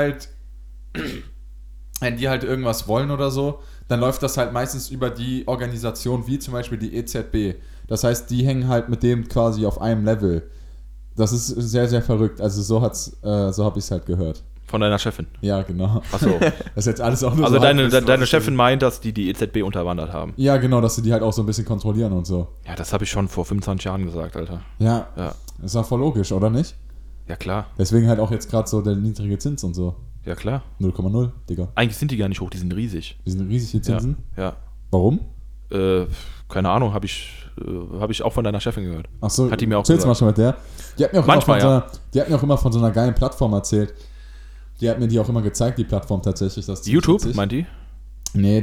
die halt irgendwas wollen oder so, dann läuft das halt meistens über die Organisation, wie zum Beispiel die EZB. Das heißt, die hängen halt mit dem quasi auf einem Level. Das ist sehr, sehr verrückt. Also so habe ich es halt gehört. Von deiner Chefin. Ja, genau. Achso. Das ist jetzt alles auch nur Also so Halbwissen, was deine ich- Chefin meint, dass die EZB unterwandert haben. Ja, genau, dass sie die halt auch so ein bisschen kontrollieren und so. Ja, das habe ich schon vor 25 Jahren gesagt, Alter. Ja, Ja, ist auch voll logisch, oder nicht? ja klar. Deswegen halt auch jetzt gerade so der niedrige Zins und so. Ja, klar. 0,0, Digga. Eigentlich sind die gar nicht hoch, die sind riesig. Die sind riesig, die Zinsen. Ja. Warum? Keine Ahnung, habe ich auch von deiner Chefin gehört. Ach so, hat die mir auch gesagt. Mal mit der. Die hat mir auch immer von so einer geilen Plattform erzählt. Die hat mir die auch immer gezeigt, die Plattform tatsächlich. Das YouTube, meint die? Nee,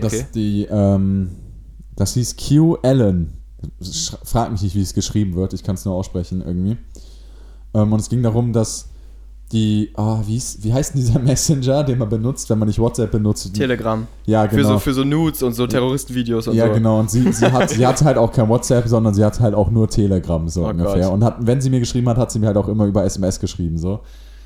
das hieß QAnon. Frag mich nicht, wie es geschrieben wird. Ich kann es nur aussprechen irgendwie. Und es ging darum, dass wie heißt denn dieser Messenger, den man benutzt, wenn man nicht WhatsApp benutzt? Telegram. Ja, genau. Für so Nudes und so Terroristenvideos und so. Ja, genau. Und sie hat halt auch kein WhatsApp, sondern sie hat halt auch nur Telegram, so ungefähr. Gott. Und wenn sie mir geschrieben hat sie mir halt auch immer über SMS geschrieben, so.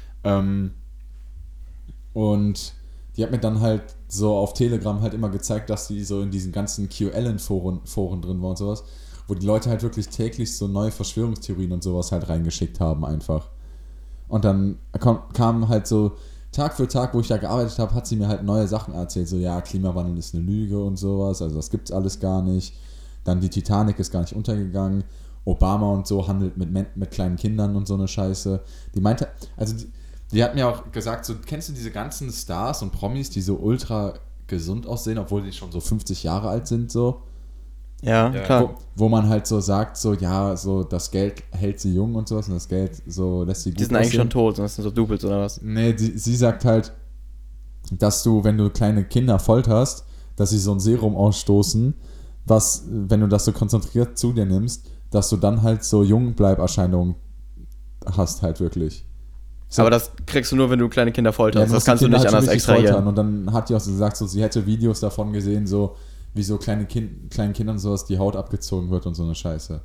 Und die hat mir dann halt so auf Telegram halt immer gezeigt, dass sie so in diesen ganzen QAnon-Foren drin war und sowas, wo die Leute halt wirklich täglich so neue Verschwörungstheorien und sowas halt reingeschickt haben einfach. Und dann kam halt so Tag für Tag, wo ich da gearbeitet habe, hat sie mir halt neue Sachen erzählt. So, ja, Klimawandel ist eine Lüge und sowas, also das gibt's alles gar nicht. Dann die Titanic ist gar nicht untergegangen. Obama und so handelt mit kleinen Kindern und so eine Scheiße. Die meinte, also die hat mir auch gesagt, so, kennst du diese ganzen Stars und Promis, die so ultra gesund aussehen, obwohl die schon so 50 Jahre alt sind, so? Ja, klar. Wo man halt so sagt, so, ja, so, das Geld hält sie jung und sowas und das Geld so lässt sie gut Die sind eigentlich schon tot, das sind so Doubles oder was? Nee, sie sagt halt, dass du, wenn du kleine Kinder folterst, dass sie so ein Serum ausstoßen, was, wenn du das so konzentriert zu dir nimmst, dass du dann halt so Jungbleiberscheinungen hast halt wirklich. So. Aber das kriegst du nur, wenn du kleine Kinder folterst. Ja, das kannst du nicht anders extrahieren. Und dann hat die auch so gesagt, so, sie hätte Videos davon gesehen, so wie so kleinen Kindern sowas die Haut abgezogen wird und so eine Scheiße.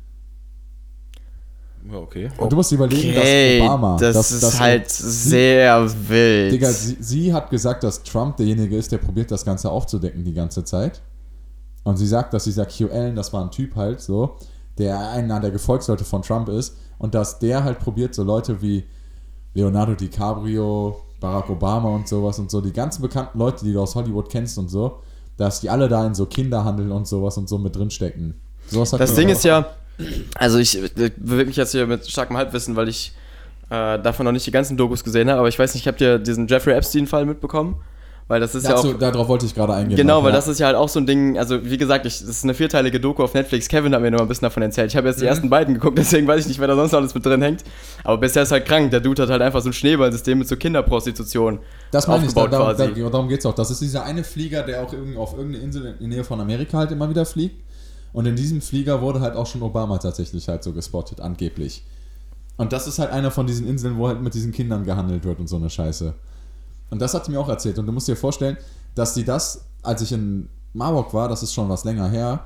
Ja, okay. Und du musst überlegen, dass Obama... Das ist halt sehr wild. Digga, sie hat gesagt, dass Trump derjenige ist, der probiert, das Ganze aufzudecken die ganze Zeit. Und sie sagt, dass dieser QAnon, das war ein Typ halt so, der einer der Gefolgsleute von Trump ist und dass der halt probiert, so Leute wie Leonardo DiCaprio, Barack Obama und sowas und so, die ganzen bekannten Leute, die du aus Hollywood kennst und so, dass die alle da in so Kinderhandel und sowas und so mit drinstecken. Das Ding ist ja, also ich bewege mich jetzt hier mit starkem Halbwissen, weil ich davon noch nicht die ganzen Dokus gesehen habe, aber ich weiß nicht, habt ihr diesen Jeffrey Epstein-Fall mitbekommen? Weil das ist dazu, ja auch... Darauf wollte ich gerade eingehen. Genau, weil das ist ja halt auch so ein Ding, also wie gesagt, das ist eine 4-teilige Doku auf Netflix. Kevin hat mir noch mal ein bisschen davon erzählt. Ich habe jetzt die ersten beiden geguckt, deswegen weiß ich nicht, wer da sonst alles mit drin hängt. Aber bisher ist halt krank. Der Dude hat halt einfach so ein Schneeballsystem mit so Kinderprostitution das aufgebaut quasi. Darum geht's auch. Das ist dieser eine Flieger, der auch auf irgendeine Insel in der Nähe von Amerika halt immer wieder fliegt. Und in diesem Flieger wurde halt auch schon Obama tatsächlich halt so gespottet, angeblich. Und das ist halt einer von diesen Inseln, wo halt mit diesen Kindern gehandelt wird und so eine Scheiße. Und das hat sie mir auch erzählt. Und du musst dir vorstellen, dass die das, als ich in Marburg war, das ist schon was länger her,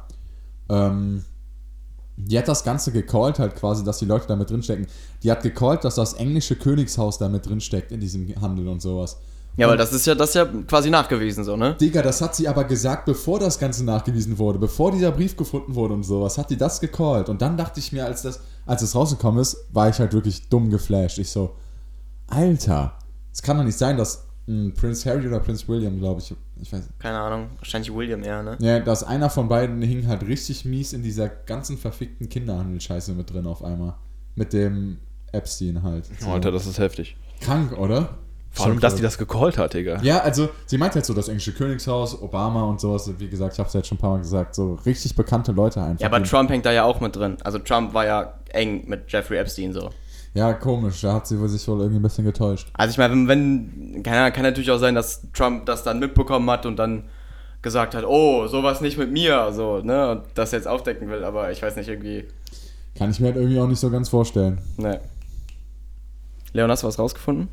die hat das Ganze gecallt halt quasi, dass die Leute da mit drinstecken. Die hat gecallt, dass das englische Königshaus da mit drinsteckt in diesem Handel und sowas. Ja, weil das ist ja quasi nachgewiesen so, ne? Digga, das hat sie aber gesagt, bevor das Ganze nachgewiesen wurde, bevor dieser Brief gefunden wurde und sowas, hat die das gecallt. Und dann dachte ich mir, als es rausgekommen ist, war ich halt wirklich dumm geflasht. Ich so, Alter, es kann doch nicht sein, dass Prince Harry oder Prince William, glaube ich weiß nicht. Keine Ahnung, wahrscheinlich William eher, ne? Ja, dass einer von beiden hing halt richtig mies in dieser ganzen verfickten Kinderhandel-Scheiße mit drin auf einmal. Mit dem Epstein halt. So. Alter, das ist heftig. Krank, oder? Vor allem, dass die das gecallt hat, Digga. Ja, also, sie meint halt so das englische Königshaus, Obama und sowas, wie gesagt, ich habe es jetzt schon ein paar Mal gesagt, so richtig bekannte Leute einfach. Ja, aber Trump hängt da ja auch mit drin. Also Trump war ja eng mit Jeffrey Epstein so. Ja, komisch, da hat sie sich wohl irgendwie ein bisschen getäuscht. Also ich meine, kann natürlich auch sein, dass Trump das dann mitbekommen hat und dann gesagt hat, oh, sowas nicht mit mir, so, ne, und das jetzt aufdecken will, aber ich weiß nicht, irgendwie... Kann ich mir halt irgendwie auch nicht so ganz vorstellen. Ne. Leon, hast du was rausgefunden?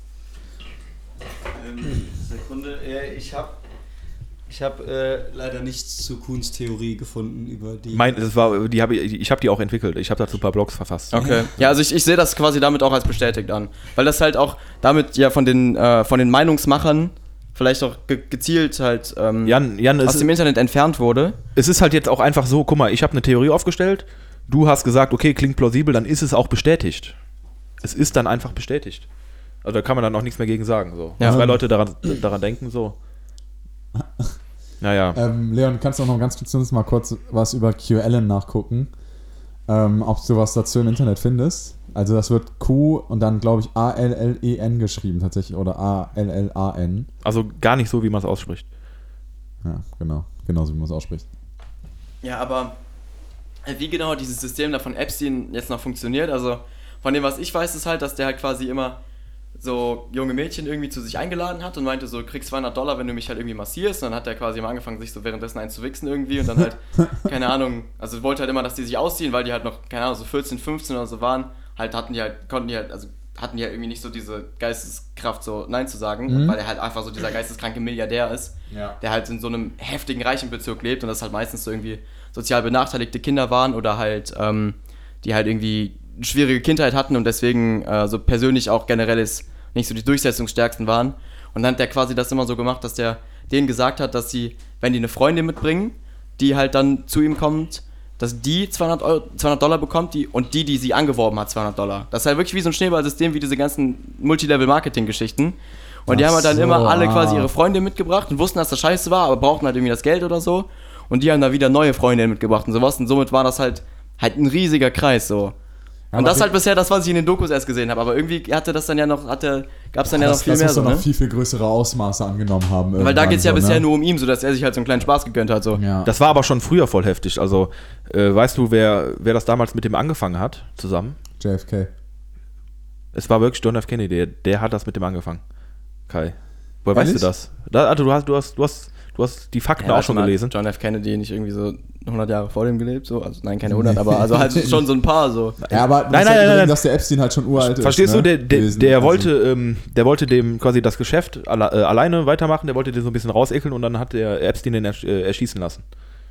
Sekunde, ich habe leider nichts zur Kuhns Theorie gefunden über die... Ich habe die auch entwickelt. Ich habe dazu ein paar Blogs verfasst. Okay. Ja, also ich sehe das quasi damit auch als bestätigt an. Weil das halt auch damit ja von den Meinungsmachern vielleicht auch gezielt halt Jan, aus dem Internet entfernt wurde. Es ist halt jetzt auch einfach so, guck mal, ich habe eine Theorie aufgestellt, du hast gesagt, okay, klingt plausibel, dann ist es auch bestätigt. Es ist dann einfach bestätigt. Also da kann man dann auch nichts mehr gegen sagen. So. Ja. 2 Leute daran denken, so. Naja. Leon, kannst du auch noch ganz kurz mal kurz was über QAnon nachgucken? Ob du was dazu im Internet findest? Also das wird Q und dann, glaube ich, A-L-L-E-N geschrieben tatsächlich oder A-L-L-A-N. Also gar nicht so, wie man es ausspricht. Ja, genau. Genauso, wie man es ausspricht. Ja, aber wie genau hat dieses System da von Epstein jetzt noch funktioniert? Also von dem, was ich weiß, ist halt, dass der halt quasi immer so junge Mädchen irgendwie zu sich eingeladen hat und meinte so, kriegst $200, wenn du mich halt irgendwie massierst. Und dann hat der quasi immer angefangen, sich so währenddessen einzuwichsen irgendwie und dann halt, keine Ahnung, also wollte halt immer, dass die sich ausziehen, weil die halt noch, keine Ahnung, so 14, 15 oder so waren, halt hatten die halt irgendwie nicht so diese Geisteskraft, so Nein zu sagen, weil er halt einfach so dieser geisteskranke Milliardär ist, der halt in so einem heftigen reichen Bezirk lebt und das halt meistens so irgendwie sozial benachteiligte Kinder waren oder halt, die halt irgendwie eine schwierige Kindheit hatten und deswegen so persönlich auch generell nicht so die durchsetzungsstärksten waren. Und dann hat der quasi das immer so gemacht, dass der denen gesagt hat, dass sie, wenn die eine Freundin mitbringen, die halt dann zu ihm kommt, dass die $200 bekommt und die sie angeworben hat, $200. Das ist halt wirklich wie so ein Schneeballsystem, wie diese ganzen Multilevel-Marketing-Geschichten. Und die haben halt dann immer alle quasi ihre Freunde mitgebracht und wussten, dass das scheiße war, aber brauchten halt irgendwie das Geld oder so. Und die haben da wieder neue Freundinnen mitgebracht und sowas. Und somit war das halt ein riesiger Kreis so. Und das halt bisher das, was ich in den Dokus erst gesehen habe. Aber irgendwie gab es dann ja noch viel mehr. Das muss doch noch viel größere Ausmaße angenommen haben. Weil da geht es ja bisher nur um ihn, so dass er sich halt so einen kleinen Spaß gegönnt hat. So. Ja. Das war aber schon früher voll heftig. Also, weißt du, wer das damals mit dem angefangen hat, zusammen? JFK. Es war wirklich John F. Kennedy, der hat das mit dem angefangen. Kai. Woher weißt du das? Du hast die Fakten auch schon gelesen. John F. Kennedy nicht irgendwie so 100 Jahre vor dem gelebt, so, also nein, keine 100, aber also halt schon so ein paar so. Ja, aber nein, dass der Epstein halt schon uralt ist. Verstehst du, der wollte dem quasi das Geschäft alleine weitermachen, der wollte den so ein bisschen rausekeln und dann hat der Epstein den erschießen lassen.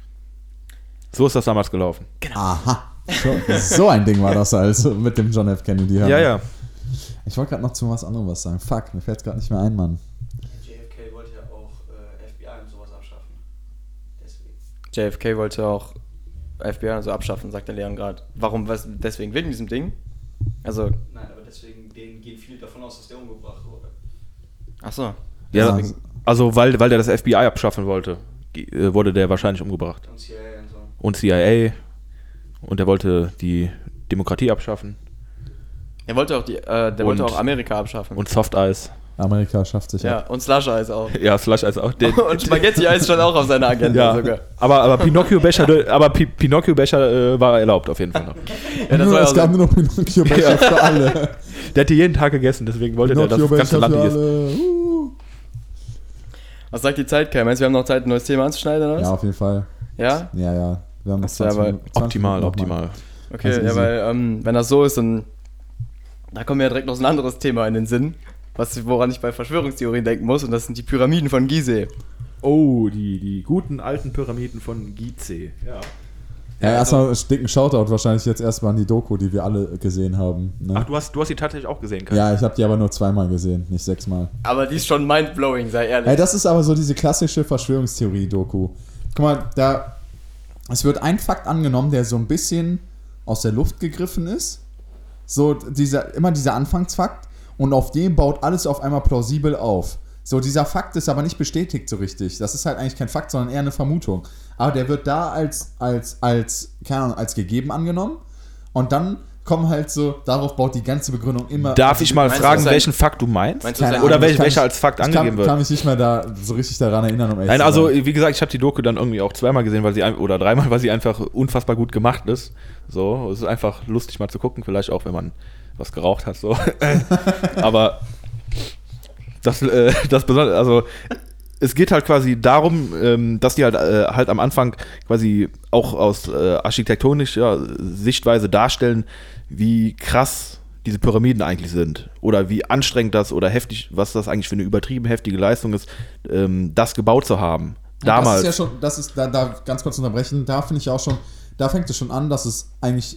So ist das damals gelaufen. Genau. Aha. So ein Ding war das also mit dem John F. Kennedy. Ja. Ich wollte gerade noch zu was anderem was sagen. Fuck, mir fällt es gerade nicht mehr ein, Mann. JFK wollte ja auch FBI und sowas abschaffen. Deswegen. JFK wollte auch FBI und so abschaffen, sagt der Leon gerade. Warum? Deswegen? Wegen diesem Ding? Also. Nein, aber deswegen gehen viele davon aus, dass der umgebracht wurde. Ach so. Ja, also weil der das FBI abschaffen wollte, wurde der wahrscheinlich umgebracht. Und CIA und so. Und CIA. Und der wollte die Demokratie abschaffen. Er wollte auch wollte auch Amerika abschaffen. Und Soft Eis. Amerika schafft sich ja. Und Slush Eis auch. Ja, Slush Eis auch. Und Spaghetti Eis stand auch auf seiner Agenda sogar. Aber Pinocchio-Becher war erlaubt auf jeden Fall noch. Ja, es gab nur noch Pinocchio-Becher für alle. Der hat die jeden Tag gegessen, deswegen wollte der das ganze Land nicht essen. Was sagt die Zeit, Kai? Meinst du, wir haben noch Zeit, ein neues Thema anzuschneiden oder was? Ja, auf jeden Fall. Ja? Ja. Wir haben noch 20 optimal. Okay, also ja, weil wenn das so ist, dann da kommt mir ja direkt noch so ein anderes Thema in den Sinn, woran ich bei Verschwörungstheorien denken muss, und das sind die Pyramiden von Gizeh. Oh, die guten alten Pyramiden von Gizeh. Ja, erstmal einen dicken Shoutout wahrscheinlich jetzt erstmal an die Doku, die wir alle gesehen haben. Ne? Ach, du hast die tatsächlich auch gesehen, Kai? Ja, ich habe die aber nur 2-mal gesehen, nicht 6-mal. Aber die ist schon mindblowing, sei ehrlich. Ey, das ist aber so diese klassische Verschwörungstheorie-Doku. Guck mal, es wird ein Fakt angenommen, der so ein bisschen aus der Luft gegriffen ist. So immer dieser Anfangsfakt, und auf dem baut alles auf einmal plausibel auf. So, dieser Fakt ist aber nicht bestätigt so richtig. Das ist halt eigentlich kein Fakt, sondern eher eine Vermutung. Aber der wird da als keine Ahnung, als gegeben angenommen, und dann kommen halt so, darauf baut die ganze Begründung immer. Darf ich mal fragen, welchen Fakt du meinst? Oder welcher als Fakt angegeben wird? Ich kann mich nicht mehr da so richtig daran erinnern. Nein, also wie gesagt, ich habe die Doku dann irgendwie auch 2-mal gesehen, oder 3-mal, weil sie einfach unfassbar gut gemacht ist. So, es ist einfach lustig mal zu gucken, vielleicht auch, wenn man was geraucht hat. So. Aber das Besondere, also es geht halt quasi darum, dass die halt am Anfang quasi auch aus architektonischer Sichtweise darstellen, wie krass diese Pyramiden eigentlich sind oder wie anstrengend das oder heftig, was das eigentlich für eine übertrieben heftige Leistung ist, das gebaut zu haben. Damals. Das ist ja schon, da ganz kurz unterbrechen, da finde ich auch schon, da fängt es schon an, dass es eigentlich,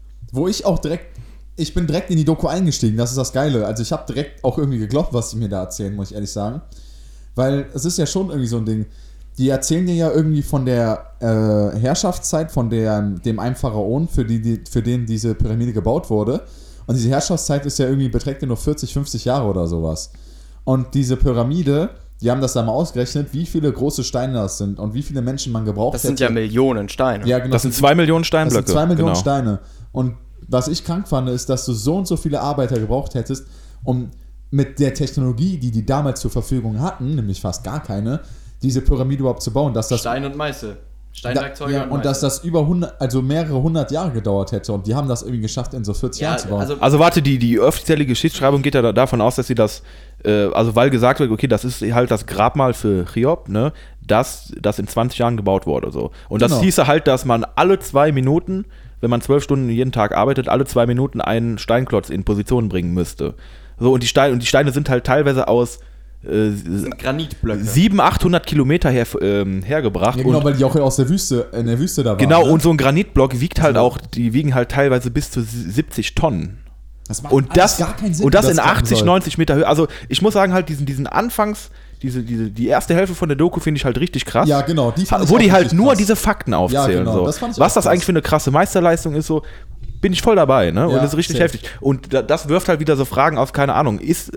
ich bin direkt in die Doku eingestiegen, das ist das Geile. Also ich habe direkt auch irgendwie geglaubt, was sie mir da erzählen, muss ich ehrlich sagen. Weil es ist ja schon irgendwie so ein Ding, die erzählen dir ja irgendwie von der Herrschaftszeit von dem einen Pharaon, für den diese Pyramide gebaut wurde. Und diese Herrschaftszeit beträgt ja nur 40, 50 Jahre oder sowas. Und diese Pyramide, die haben das da mal ausgerechnet, wie viele große Steine das sind und wie viele Menschen man gebraucht hätte. Das sind ja Millionen Steine. Ja, genau. Das sind 2 Millionen Steinblöcke. Das sind 2 Millionen Steine. Und was ich krank fand, ist, dass du so und so viele Arbeiter gebraucht hättest, um mit der Technologie, die damals zur Verfügung hatten, nämlich fast gar keine, diese Pyramide überhaupt zu bauen. Dass das Stein und Meißel. Steinwerkzeuge. Und dass das über mehrere hundert Jahre gedauert hätte und die haben das irgendwie geschafft, in so 40 Jahren zu bauen. Also warte, die offizielle Geschichtsschreibung geht ja davon aus, dass sie das, also weil gesagt wird, okay, das ist halt das Grabmal für Cheops, ne, dass das in 20 Jahren gebaut wurde. So. Und das hieße halt, dass man alle 2 Minuten, wenn man 12 Stunden jeden Tag arbeitet, alle 2 Minuten einen Steinklotz in Position bringen müsste. So, und die Steine sind halt teilweise aus Granitblöcke. 700-800 Kilometer hergebracht. Ja, genau, weil die auch in der Wüste da waren. Genau, ne? Und so ein Granitblock wiegt halt auch, die wiegen halt teilweise bis zu 70 Tonnen. Das macht gar keinen Sinn. Und das in 80, 90 Meter Höhe. Also ich muss sagen, halt diesen Anfangs, die erste Hälfte von der Doku finde ich halt richtig krass. Ja, genau. Wo die halt nur diese Fakten aufzählen. Ja, genau, so. das fand ich was das krass. eigentlich für eine krasse Meisterleistung ist, so bin ich voll dabei, ne? Und das ist richtig heftig. Und das wirft halt wieder so Fragen auf, keine Ahnung, geht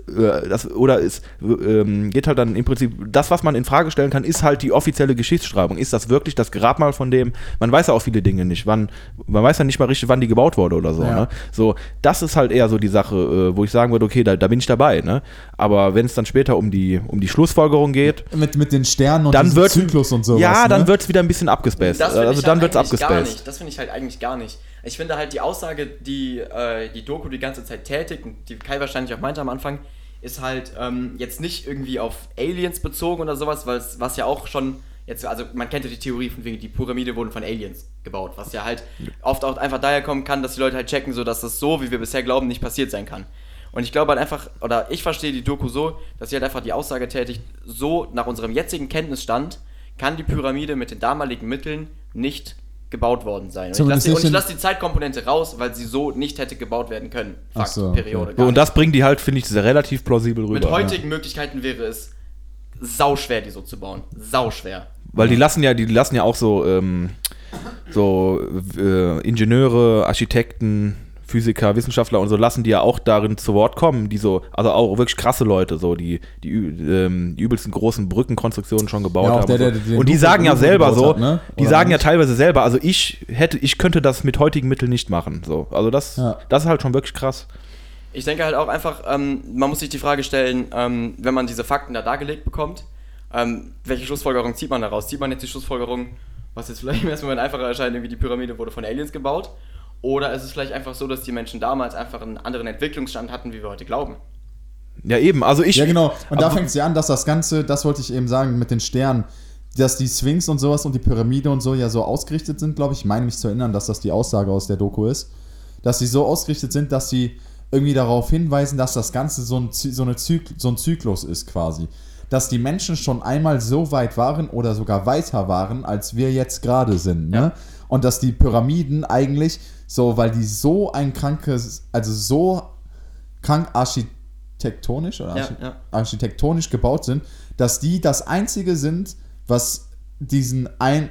halt dann im Prinzip, das, was man in Frage stellen kann, ist halt die offizielle Geschichtsschreibung. Ist das wirklich das Grabmal von dem, man weiß ja auch viele Dinge nicht, man weiß ja nicht mal richtig, wann die gebaut wurde oder so, ne? So, das ist halt eher so die Sache, wo ich sagen würde, okay, da bin ich dabei, ne? Aber wenn es dann später um die Schlussfolgerung geht. Mit den Sternen und dem Zyklus und sowas. Ja, dann wird es wieder ein bisschen abgespaced. Also dann wird es abgespaced. Das finde ich halt eigentlich gar nicht. Ich finde halt die Aussage, die die Doku die ganze Zeit tätigt und die Kai wahrscheinlich auch meinte am Anfang, ist halt jetzt nicht irgendwie auf Aliens bezogen oder sowas, was ja auch schon jetzt, also man kennt ja die Theorie von wegen, die Pyramide wurden von Aliens gebaut, was ja halt oft auch einfach daher kommen kann, dass die Leute halt checken, so dass das so, wie wir bisher glauben, nicht passiert sein kann. Und ich glaube halt einfach, oder ich verstehe die Doku so, dass sie halt einfach die Aussage tätigt, so nach unserem jetzigen Kenntnisstand kann die Pyramide mit den damaligen Mitteln nicht gebaut worden sein. Und ich lasse die Zeitkomponente raus, weil sie so nicht hätte gebaut werden können. Fakt, Periode. Okay. Und das bringt die halt, finde ich, relativ plausibel rüber. Mit heutigen Möglichkeiten wäre es sauschwer, die so zu bauen. Sauschwer. Weil die lassen ja auch so Ingenieure, Architekten, Physiker, Wissenschaftler und so lassen die ja auch darin zu Wort kommen, die so, also auch wirklich krasse Leute, so die übelsten großen Brückenkonstruktionen schon gebaut haben. Und die sagen ja selber so, ne? Die sagen ja teilweise selber, also ich könnte das mit heutigen Mitteln nicht machen. So. Also das ist halt schon wirklich krass. Ich denke halt auch einfach, man muss sich die Frage stellen, wenn man diese Fakten da dargelegt bekommt, welche Schlussfolgerung zieht man daraus? Zieht man jetzt die Schlussfolgerung, was jetzt vielleicht im ersten Moment einfacher erscheint, irgendwie die Pyramide wurde von Aliens gebaut? Oder ist es vielleicht einfach so, dass die Menschen damals einfach einen anderen Entwicklungsstand hatten, wie wir heute glauben? Ja, eben. Also ja, genau. Und da fängt es ja an, dass das Ganze, das wollte ich eben sagen, mit den Sternen, dass die Sphinx und sowas und die Pyramide und so ja so ausgerichtet sind, glaube ich. Ich meine mich zu erinnern, dass das die Aussage aus der Doku ist. Dass sie so ausgerichtet sind, dass sie irgendwie darauf hinweisen, dass das Ganze so ein Zyklus ist quasi. Dass die Menschen schon einmal so weit waren oder sogar weiter waren, als wir jetzt gerade sind. Ne? Ja. Und dass die Pyramiden eigentlich so, weil die so so krank architektonisch gebaut sind, dass die das Einzige sind, was diesen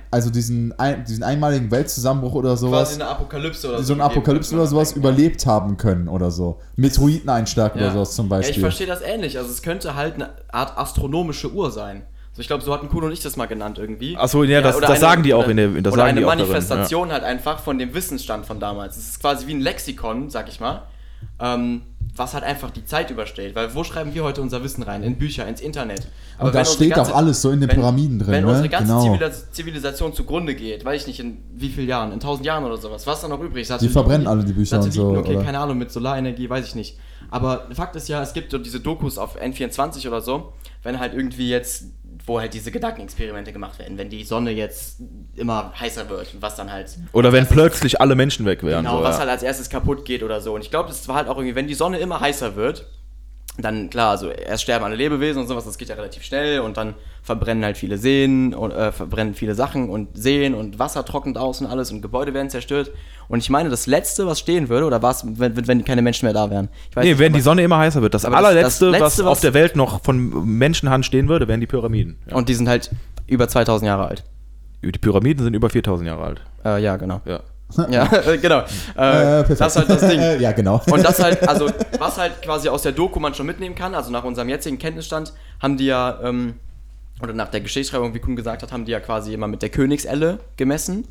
einmaligen Weltzusammenbruch oder sowas, quasi eine Apokalypse oder so eine Apokalypse oder sowas überlebt haben können oder so. Meteoriteneinschlag oder sowas zum Beispiel. Ja, ich verstehe das ähnlich. Also es könnte halt eine Art astronomische Uhr sein. Also ich glaube, so hatten Kuno und ich das mal genannt irgendwie. Achso, ja, das sagen die auch in der Oder eine Manifestation halt einfach von dem Wissensstand von damals. Es ist quasi wie ein Lexikon, sag ich mal, was halt einfach die Zeit überstellt. Weil wo schreiben wir heute unser Wissen rein? In Bücher, ins Internet. Aber und da steht auch alles so in den Pyramiden drin. Wenn unsere ganze Zivilisation zugrunde geht, weiß ich nicht, in wie vielen Jahren, in 1000 Jahren oder sowas, was dann noch übrig ist. Die verbrennen alle die Bücher und so. Okay, oder? Keine Ahnung, mit Solarenergie, weiß ich nicht. Aber Fakt ist ja, es gibt so diese Dokus auf N24 oder so, wenn halt irgendwie jetzt, wo halt diese Gedankenexperimente gemacht werden, wenn die Sonne jetzt immer heißer wird, was dann halt... Oder wenn plötzlich alle Menschen weg wären. Genau, so, was halt als erstes kaputt geht oder so. Und ich glaube, das war halt auch irgendwie, wenn die Sonne immer heißer wird, dann, klar, also erst sterben alle Lebewesen und sowas, das geht ja relativ schnell und dann verbrennen halt viele Seen und verbrennen viele Sachen und Seen und Wasser trocknet aus und alles und Gebäude werden zerstört. Und ich meine, das Letzte, was stehen würde, oder was, wenn keine Menschen mehr da wären? Wenn die Sonne immer heißer wird. Das allerletzte, was auf der Welt noch von Menschenhand stehen würde, wären die Pyramiden. Ja. Und die sind halt über 2000 Jahre alt. Die Pyramiden sind über 4000 Jahre alt. Ja, genau. Ja. Ja, genau. Das ist halt das Ding. Ja, genau. Und das halt, also, was halt quasi aus der Doku man schon mitnehmen kann, also nach unserem jetzigen Kenntnisstand, haben die ja, oder nach der Geschichtsschreibung, wie Kuhn gesagt hat, haben die ja quasi immer mit der Königselle gemessen.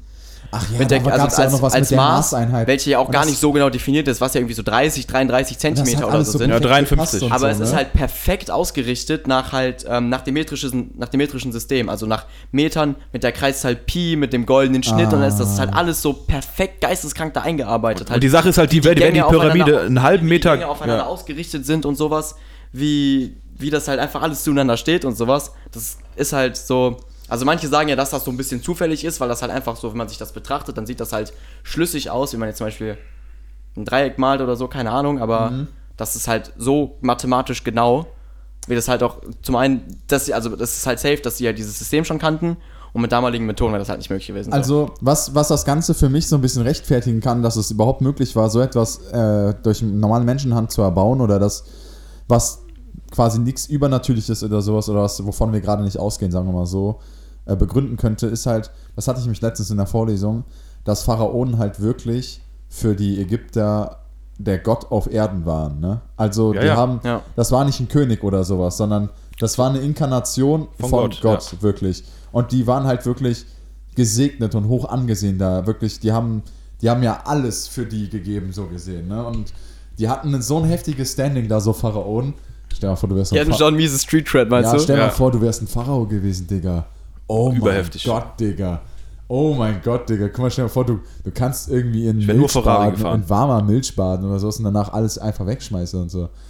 Ach ja, mit der, da gab's ja auch noch was mit der Maßeinheit. welche ja auch gar nicht so genau definiert ist, was ja irgendwie so 30, 33 Zentimeter oder so sind. Ja, 53. Aber es ist halt perfekt ausgerichtet nach dem metrischen System, also nach Metern mit der Kreiszahl Pi, mit dem goldenen Schnitt und das ist halt alles so perfekt geisteskrank da eingearbeitet. Und die Sache ist halt, wenn die Pyramide einen halben Meter... Die aufeinander ausgerichtet sind und sowas, wie das halt einfach alles zueinander steht und sowas. Das ist halt so... Also manche sagen ja, dass das so ein bisschen zufällig ist, weil das halt einfach so, wenn man sich das betrachtet, dann sieht das halt schlüssig aus, wie man jetzt zum Beispiel ein Dreieck malt oder so, keine Ahnung, aber das ist halt so mathematisch genau, wie das halt auch zum einen, das ist halt safe, dass sie ja dieses System schon kannten und mit damaligen Methoden wäre das halt nicht möglich gewesen. Also was das Ganze für mich so ein bisschen rechtfertigen kann, dass es überhaupt möglich war, so etwas durch eine normale Menschenhand zu erbauen oder das, was quasi nichts Übernatürliches oder sowas oder was, wovon wir gerade nicht ausgehen, sagen wir mal so, begründen könnte, ist halt, das hatte ich mich letztens in der Vorlesung, dass Pharaonen halt wirklich für die Ägypter der Gott auf Erden waren, ne? Also das war nicht ein König oder sowas, sondern das war eine Inkarnation von Gott wirklich. Und die waren halt wirklich gesegnet und hoch angesehen da, wirklich, die haben ja alles für die gegeben, so gesehen, ne? Und die hatten so ein heftiges Standing da, so Pharaonen. Stell dir mal vor, du wärst die hatten schon mieses Street Cred, meinst du? Ja, stell dir mal vor, du wärst ein Pharao gewesen, Digga. Oh Überheftig. Mein Gott, Digga. Oh mein Gott, Digga. Guck mal, stell dir mal vor, du kannst irgendwie in warmer Milch baden oder sowas und danach alles einfach wegschmeißen und so.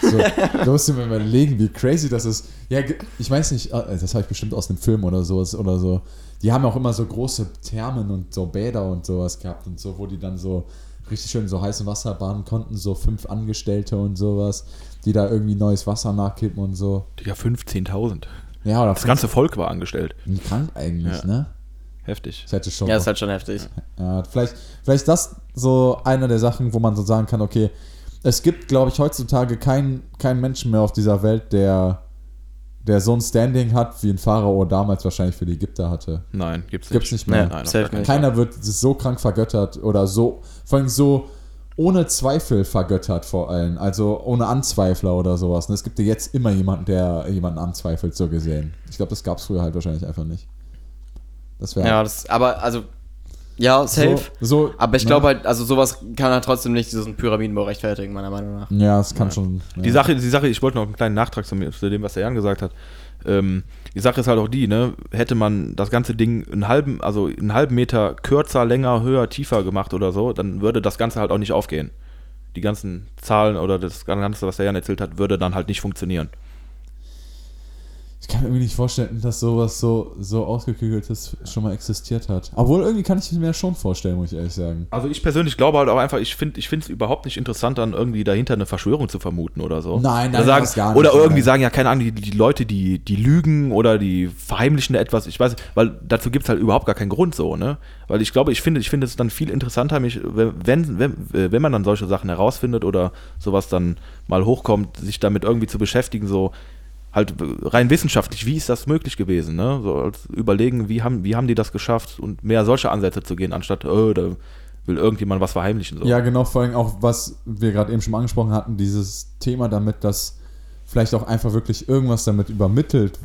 Da musst du mir mal überlegen, wie crazy das ist. Ja, ich weiß nicht, das habe ich bestimmt aus einem Film oder sowas oder so. Die haben auch immer so große Thermen und so Bäder und sowas gehabt und so, wo die dann so richtig schön so heißem Wasser baden konnten, so 5 Angestellte und sowas, die da irgendwie neues Wasser nachkippen und so. Ja, 15.000. Ja, oder das ganze Volk war angestellt. Krank eigentlich, ne? Heftig. Das ist halt schon heftig. Ja, vielleicht das so einer der Sachen, wo man so sagen kann, okay, es gibt, glaube ich, heutzutage keinen Menschen mehr auf dieser Welt, der so ein Standing hat, wie ein Pharao damals wahrscheinlich für die Ägypter hatte. Nein, gibt's nicht mehr. Nein, keiner wird so krank vergöttert oder so, vor allem so ohne Zweifel vergöttert vor allem, also ohne Anzweifler oder sowas. Und es gibt ja jetzt immer jemanden, der jemanden anzweifelt, so gesehen. Ich glaube, das gab es früher halt wahrscheinlich einfach nicht. Das wäre. Ja, ja, safe. So, aber ich glaube halt, also sowas kann halt trotzdem nicht diesen Pyramidenbau rechtfertigen, meiner Meinung nach. Ja, es kann schon. Ja. Die Sache, ich wollte noch einen kleinen Nachtrag zu dem, was der Jan gesagt hat. Die Sache ist halt auch die, ne, hätte man das ganze Ding einen halben Meter kürzer, länger, höher, tiefer gemacht oder so, dann würde das Ganze halt auch nicht aufgehen. Die ganzen Zahlen oder das Ganze, was der Jan erzählt hat, würde dann halt nicht funktionieren. Ich kann mir irgendwie nicht vorstellen, dass sowas so ausgeklügeltes schon mal existiert hat. Obwohl, irgendwie kann ich es mir schon vorstellen, muss ich ehrlich sagen. Also ich persönlich glaube halt auch einfach, ich finde es überhaupt nicht interessant, dann irgendwie dahinter eine Verschwörung zu vermuten oder so. Nein, das gar nicht. Oder irgendwie sagen, ja, keine Ahnung, die Leute, die lügen oder die verheimlichen etwas, ich weiß, weil dazu gibt es halt überhaupt gar keinen Grund so, ne? Weil ich glaube, ich finde es dann viel interessanter, wenn man dann solche Sachen herausfindet oder sowas dann mal hochkommt, sich damit irgendwie zu beschäftigen, so halt rein wissenschaftlich, wie ist das möglich gewesen, ne? So als überlegen, wie haben die das geschafft und mehr solche Ansätze zu gehen, anstatt, da will irgendjemand was verheimlichen. So. Ja, genau, vor allem auch, was wir gerade eben schon mal angesprochen hatten, dieses Thema damit, dass vielleicht auch einfach wirklich irgendwas damit übermittelt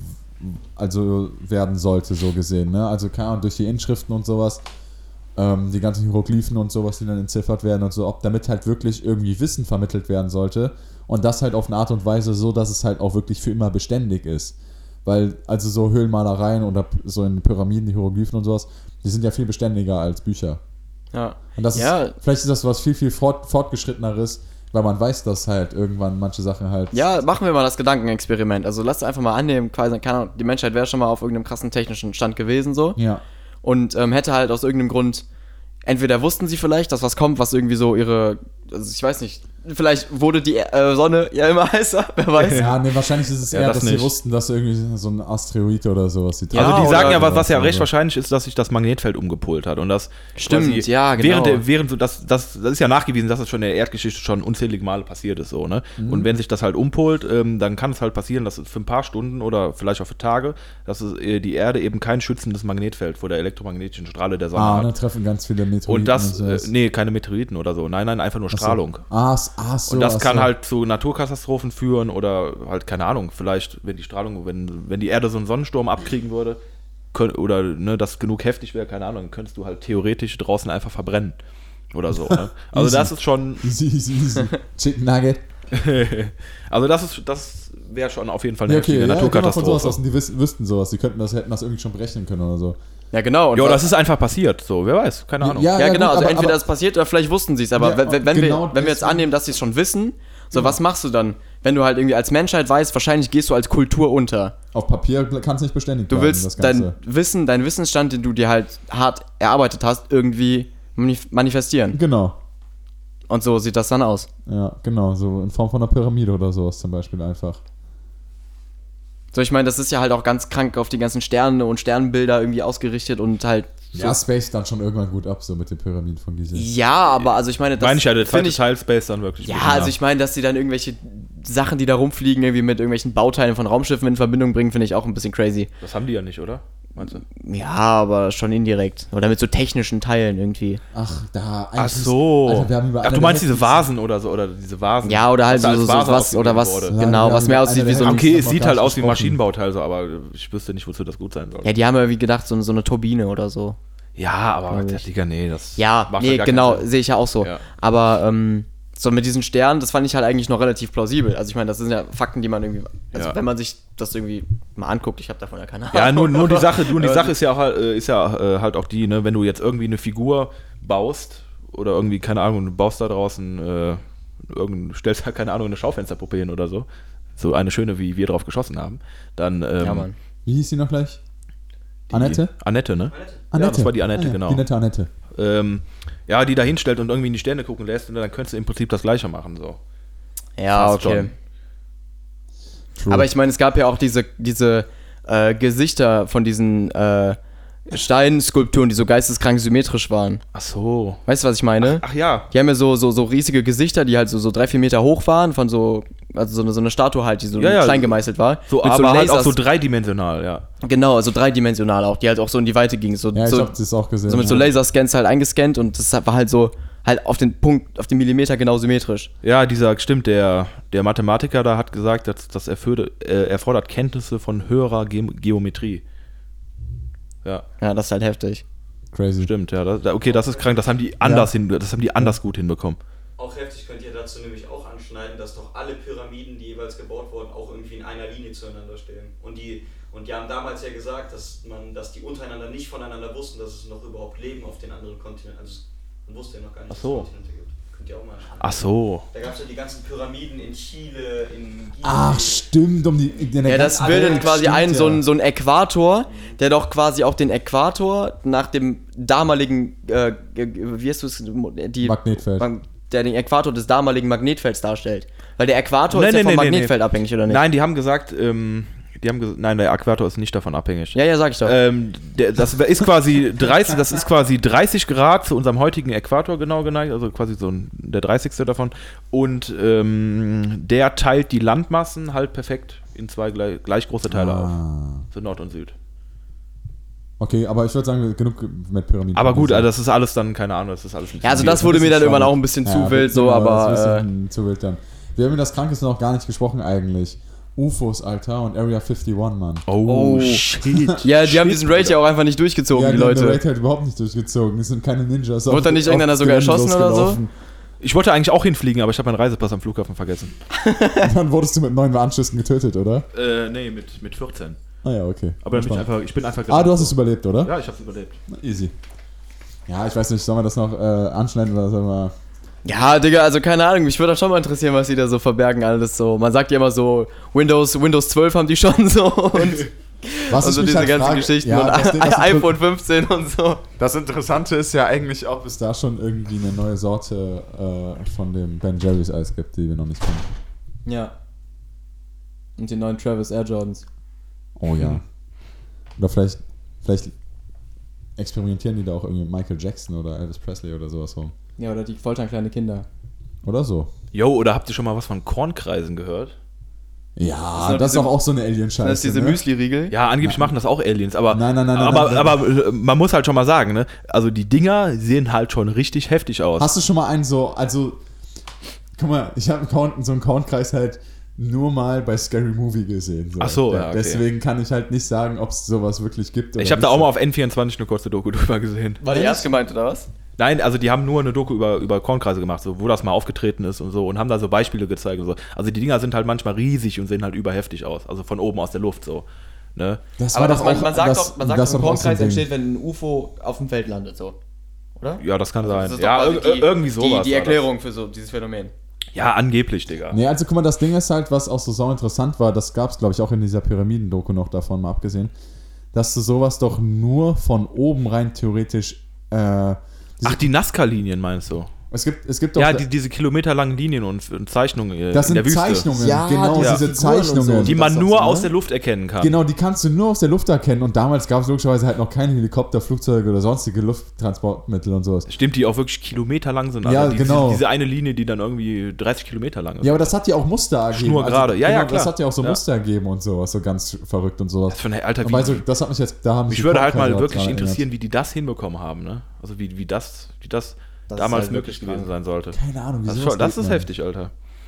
werden sollte, so gesehen, ne? Also keine Ahnung, durch die Inschriften und sowas, die ganzen Hieroglyphen und sowas, die dann entziffert werden und so, ob damit halt wirklich irgendwie Wissen vermittelt werden sollte. Und das halt auf eine Art und Weise so, dass es halt auch wirklich für immer beständig ist. Weil, also so Höhlenmalereien oder so in Pyramiden, die Hieroglyphen und sowas, die sind ja viel beständiger als Bücher. Ja. Und das ist, vielleicht ist das was viel, viel fortgeschritteneres, weil man weiß, dass halt irgendwann manche Sachen halt... Ja, machen wir mal das Gedankenexperiment. Also lasst einfach mal annehmen, quasi, keine Ahnung, die Menschheit wäre schon mal auf irgendeinem krassen technischen Stand gewesen, so. Ja. Und hätte halt aus irgendeinem Grund, entweder wussten sie vielleicht, dass was kommt, was irgendwie so also ich weiß nicht, vielleicht wurde die Sonne ja immer heißer, wer weiß. Ja, nee, wahrscheinlich ist es eher, dass sie wussten, dass irgendwie so ein Asteroid oder sowas... Also die sagen ja, was ja recht wahrscheinlich ist, dass sich das Magnetfeld umgepolt hat und das... Stimmt, ja, genau. Während so, das ist ja nachgewiesen, dass das schon in der Erdgeschichte schon unzählige Male passiert ist, so, ne? Mhm. Und wenn sich das halt umpolt, dann kann es halt passieren, dass es für ein paar Stunden oder vielleicht auch für Tage, dass die Erde eben kein schützendes Magnetfeld vor der elektromagnetischen Strahle der Sonne hat. Dann treffen ganz viele Meteoriten. Und das, keine Meteoriten oder so, nein, einfach nur Strahlung. So, und das kann halt zu Naturkatastrophen führen oder halt, keine Ahnung, vielleicht, wenn die Strahlung, wenn die Erde so einen Sonnensturm abkriegen würde, oder ne, das genug heftig wäre, keine Ahnung, dann könntest du halt theoretisch draußen einfach verbrennen. Oder so. Ne? Also Easy. das ist schon... Easy. Chicken Nugget. Also das wäre schon auf jeden Fall eine heftige Naturkatastrophe. Von sowas aus, und die wüssten sowas, die hätten das irgendwie schon berechnen können oder so. Ja, genau. Ja, das ist einfach passiert, so, wer weiß, keine Ahnung. Ja, genau, gut, also entweder das passiert oder vielleicht wussten sie es, aber wenn wir jetzt annehmen, dass sie es schon wissen, so, was machst du dann? Wenn du halt irgendwie als Menschheit weißt, wahrscheinlich gehst du als Kultur unter. Auf Papier kannst du nicht bestätigt werden. Du willst dein Wissensstand, den du dir halt hart erarbeitet hast, irgendwie manifestieren. Genau. Und so sieht das dann aus. Ja, genau, so in Form von einer Pyramide oder sowas zum Beispiel einfach. So, ich meine, das ist ja halt auch ganz krank auf die ganzen Sterne und Sternbilder irgendwie ausgerichtet und halt... Ja, Space dann schon irgendwann gut ab, so mit den Pyramiden von Gizeh. Ja, aber also ich meine, das... Meine ich ja, der zweite Teil Space dann wirklich. Ja, also ich meine, dass sie dann irgendwelche Sachen, die da rumfliegen, irgendwie mit irgendwelchen Bauteilen von Raumschiffen in Verbindung bringen, finde ich auch ein bisschen crazy. Das haben die ja nicht, oder? Meinst du? Ja, aber schon indirekt. Oder mit so technischen Teilen irgendwie. Ach, da... Ach so. Alter, wir haben über du meinst diese Vasen oder so, oder diese Vasen. Ja, oder halt so was, oder was, wurde. genau, Ja, was mehr aussieht wie so ein... Okay, es sieht halt aus wie ein Maschinenbauteil, so, aber ich wüsste nicht, wozu das gut sein soll. Ja, die haben irgendwie gedacht, so eine Turbine oder so. Ja, aber Digga, nee, das macht ja gar genau, sehe ich ja auch so. Ja. Aber so mit diesen Sternen, das fand ich halt eigentlich noch relativ plausibel. Also ich meine, das sind ja Fakten, die man irgendwie, also wenn man sich das irgendwie mal anguckt, ich habe davon ja keine Ahnung. Ja, nur die Sache ist ja halt auch die, ne, wenn du jetzt irgendwie eine Figur baust oder irgendwie, keine Ahnung, du baust da draußen, stellst halt, keine Ahnung, eine Schaufensterpuppe hin oder so, so eine schöne, wie wir drauf geschossen haben, dann, ja, Mann. Wie hieß sie noch gleich? Annette? Annette, ne? Annette. Ja, das war die Annette, genau. Die nette Annette. Die da hinstellt und irgendwie in die Sterne gucken lässt und dann könntest du im Prinzip das Gleiche machen, so. Ja, fast okay. True. Aber ich meine, es gab ja auch diese Gesichter von diesen Steinskulpturen, die so geisteskrank symmetrisch waren. Ach so. Weißt du, was ich meine? Ach ja. Die haben ja so riesige Gesichter, die halt so 3-4 Meter hoch waren, von so eine Statue halt, die so klein gemeißelt war. So, aber halt auch so dreidimensional, ja. Genau, also dreidimensional auch, die halt auch so in die Weite gingen. Ja, ich hab das auch gesehen. So mit so Laserscans halt eingescannt und das war halt so, halt auf den Punkt, auf den Millimeter genau symmetrisch. Ja, stimmt, der Mathematiker da hat gesagt, dass erfordert Kenntnisse von höherer Geometrie. Ja. Ja, das ist halt heftig. Crazy. Stimmt, ja. Das ist krank, das haben die anders gut hinbekommen. Auch heftig könnt ihr dazu nämlich auch anschneiden, dass doch alle Pyramiden, die jeweils gebaut wurden, auch irgendwie in einer Linie zueinander stehen. Und die haben damals ja gesagt, dass die untereinander nicht voneinander wussten, dass es noch überhaupt Leben auf den anderen Kontinenten, also man wusste ja noch gar nicht, dass es Kontinente gibt. Könnt ihr auch mal anschauen. Ach so. Da gab es ja die ganzen Pyramiden in Chile, in Gizeh. Ach, stimmt. Ja, das bildet quasi so ein Äquator, der doch quasi auch den Äquator nach dem damaligen, wie heißt es? Magnetfeld. Der den Äquator des damaligen Magnetfelds darstellt. Weil der Äquator ist ja vom Magnetfeld abhängig, oder nicht? Nein, die haben gesagt, nein, der Äquator ist nicht davon abhängig. Ja, sag ich doch. Das ist quasi 30 Grad zu unserem heutigen Äquator genau geneigt, also quasi so der 30. davon. Und der teilt die Landmassen halt perfekt in zwei gleich große Teile auf. Für Nord und Süd. Okay, aber ich würde sagen, genug mit Pyramiden. Aber gut, also das ist alles dann, keine Ahnung, das ist alles ja, also das wurde mir dann irgendwann auch ein bisschen zu wild, so, aber... Das ist ein bisschen zu wild dann. Wir haben über das Krankeste noch gar nicht gesprochen eigentlich. UFOs, Alter, und Area 51, Mann. Oh shit. Ja, die haben diesen Raid ja auch einfach nicht durchgezogen, die Leute. Ja, die Raid halt überhaupt nicht durchgezogen. Das sind keine Ninjas. Wurde da nicht irgendeiner sogar erschossen oder so? Ich wollte eigentlich auch hinfliegen, aber ich habe meinen Reisepass am Flughafen vergessen. Dann wurdest du mit 9 Anschüssen getötet, oder? Nee, mit 14. Ah ja, okay. Aber ich bin einfach du hast es überlebt, oder? Ja, ich habe es überlebt. Na, easy. Ja, ich weiß nicht, sollen wir das noch anschneiden oder sollen wir... Ja, Digga, also keine Ahnung, mich würde auch schon mal interessieren, was die da so verbergen, alles so. Man sagt ja immer so, Windows 12 haben die schon so und was also diese halt ganzen frage, Geschichten ja, und iPhone 15 und so. Das Interessante ist ja eigentlich, ob es da schon irgendwie eine neue Sorte von dem Ben Jerry's Eis gibt, die wir noch nicht kennen. Ja. Und die neuen Travis Air Jordans. Oh ja. Oder vielleicht experimentieren die da auch irgendwie mit Michael Jackson oder Elvis Presley oder sowas rum. Ja, oder die foltern kleine Kinder. Oder so. Jo, oder habt ihr schon mal was von Kornkreisen gehört? Ja, das ist doch auch so eine Alien-Scheiße. Das ist diese Müsli-Riegel. Ja, angeblich machen das auch Aliens, aber Nein. Aber man muss halt schon mal sagen, ne? Also die Dinger sehen halt schon richtig heftig aus. Hast du schon mal einen so, also guck mal, ich habe so einen Kornkreis halt nur mal bei Scary Movie gesehen. So. Ach so, ja, okay. Deswegen kann ich halt nicht sagen, ob es sowas wirklich gibt. Ich habe da auch mal auf N24 eine kurze Doku drüber gesehen. War die erst gemeint, oder was? Nein, also die haben nur eine Doku über Kornkreise gemacht, so, wo das mal aufgetreten ist und so, und haben da so Beispiele gezeigt und so. Also die Dinger sind halt manchmal riesig und sehen halt überheftig aus, also von oben aus der Luft so. Ne? Aber man sagt doch, ein Kornkreis entsteht, wenn ein UFO auf dem Feld landet, so. Oder? Ja, das kann sein. Ja, irgendwie sowas. Die Erklärung für so dieses Phänomen. Ja, angeblich, Digga. Nee, also guck mal, das Ding ist halt, was auch so sau interessant war, das gab's, glaube ich, auch in dieser Pyramiden-Doku noch davon mal abgesehen, dass du sowas doch nur von oben rein theoretisch Ach, die Nazca-Linien meinst du? Es gibt doch... Ja, diese kilometerlangen Linien und Zeichnungen in der Wüste. Das sind Zeichnungen, ja, genau, diese Zeichnungen. so, die man nur aus der Luft erkennen kann. Genau, die kannst du nur aus der Luft erkennen. Und damals gab es logischerweise halt noch keine Helikopter, Flugzeuge oder sonstige Lufttransportmittel und sowas. Stimmt, die auch wirklich kilometerlang sind. Also ja, genau. Diese eine Linie, die dann irgendwie 30 Kilometer lang ist. Ja, aber das hat ja auch Muster ergeben. Schnurgerade, ja, klar. Das hat ja auch so Muster ergeben und sowas, so ganz verrückt und sowas. Das für eine Alter, also, das hat mich jetzt... mich würde halt mal wirklich interessieren, wie die das hinbekommen haben, ne? Also wie das damals halt möglich gewesen sein sollte. Keine Ahnung, wie das ist heftig, Alter.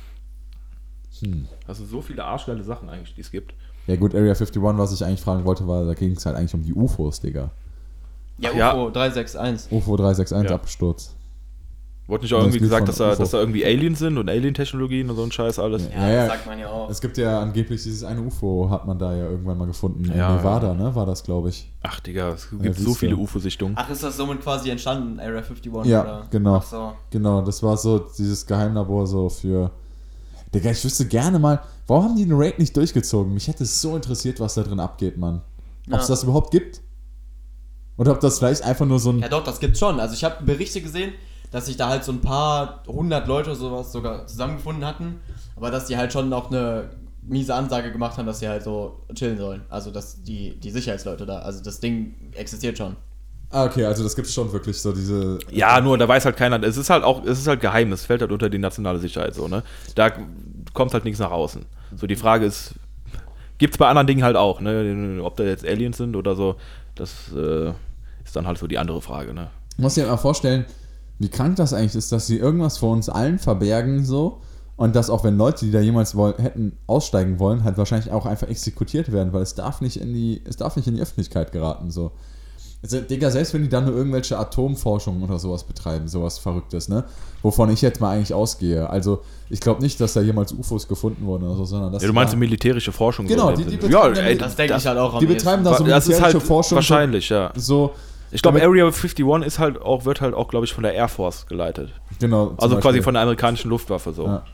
Das sind so viele arschgeile Sachen eigentlich, die es gibt. Ja gut, Area 51, was ich eigentlich fragen wollte, war, da ging es halt eigentlich um die UFOs, Digga. Ja, UFO 361. UFO 361 Absturz. Wurde nicht auch irgendwie gesagt, dass da irgendwie Aliens sind und Alien-Technologien und so ein Scheiß alles? Ja, das sagt man ja auch. Es gibt ja angeblich dieses eine UFO, hat man da ja irgendwann mal gefunden. In Nevada, ne? War das, glaube ich. Ach, Digga, es gibt so viele UFO-Sichtungen. Ach, ist das somit quasi entstanden, Area 51? Ja, oder? genau. Ach so. Genau, das war so dieses Geheimlabor so für... Digga, ich wüsste gerne mal, warum haben die den Raid nicht durchgezogen? Mich hätte es so interessiert, was da drin abgeht, Mann. Ob es das überhaupt gibt? Oder ob das vielleicht einfach nur so ein... Ja doch, das gibt's schon. Also ich habe Berichte gesehen, dass sich da halt so ein paar 100 Leute oder sowas sogar zusammengefunden hatten, aber dass die halt schon auch eine miese Ansage gemacht haben, dass sie halt so chillen sollen. Also dass die Sicherheitsleute da, also das Ding existiert schon. Ah, okay, also das gibt's schon wirklich so diese... Ja, nur da weiß halt keiner, es ist halt geheim, es fällt halt unter die nationale Sicherheit so, ne? Da kommt halt nichts nach außen. So, die Frage ist, gibt's bei anderen Dingen halt auch, ne? Ob da jetzt Aliens sind oder so, das ist dann halt so die andere Frage, ne? Du musst dir mal vorstellen, wie krank das eigentlich ist, dass sie irgendwas vor uns allen verbergen so und dass auch wenn Leute, die da jemals hätten aussteigen wollen, halt wahrscheinlich auch einfach exekutiert werden, weil es darf nicht in die Öffentlichkeit geraten so. Also, Digga, selbst wenn die dann nur irgendwelche Atomforschung oder sowas betreiben, sowas Verrücktes, ne? Wovon ich jetzt mal eigentlich ausgehe. Also, ich glaube nicht, dass da jemals UFOs gefunden wurden oder so, sondern dass... Ja, du meinst militärische Forschung? Genau, so die betreiben... Ja, das denke ich halt auch am Die betreiben da so militärische halt Forschung. Wahrscheinlich, ja. So... Ich glaube, Area 51 wird halt auch, glaube ich, von der Air Force geleitet. Genau. Also quasi von der amerikanischen Luftwaffe so. Ja.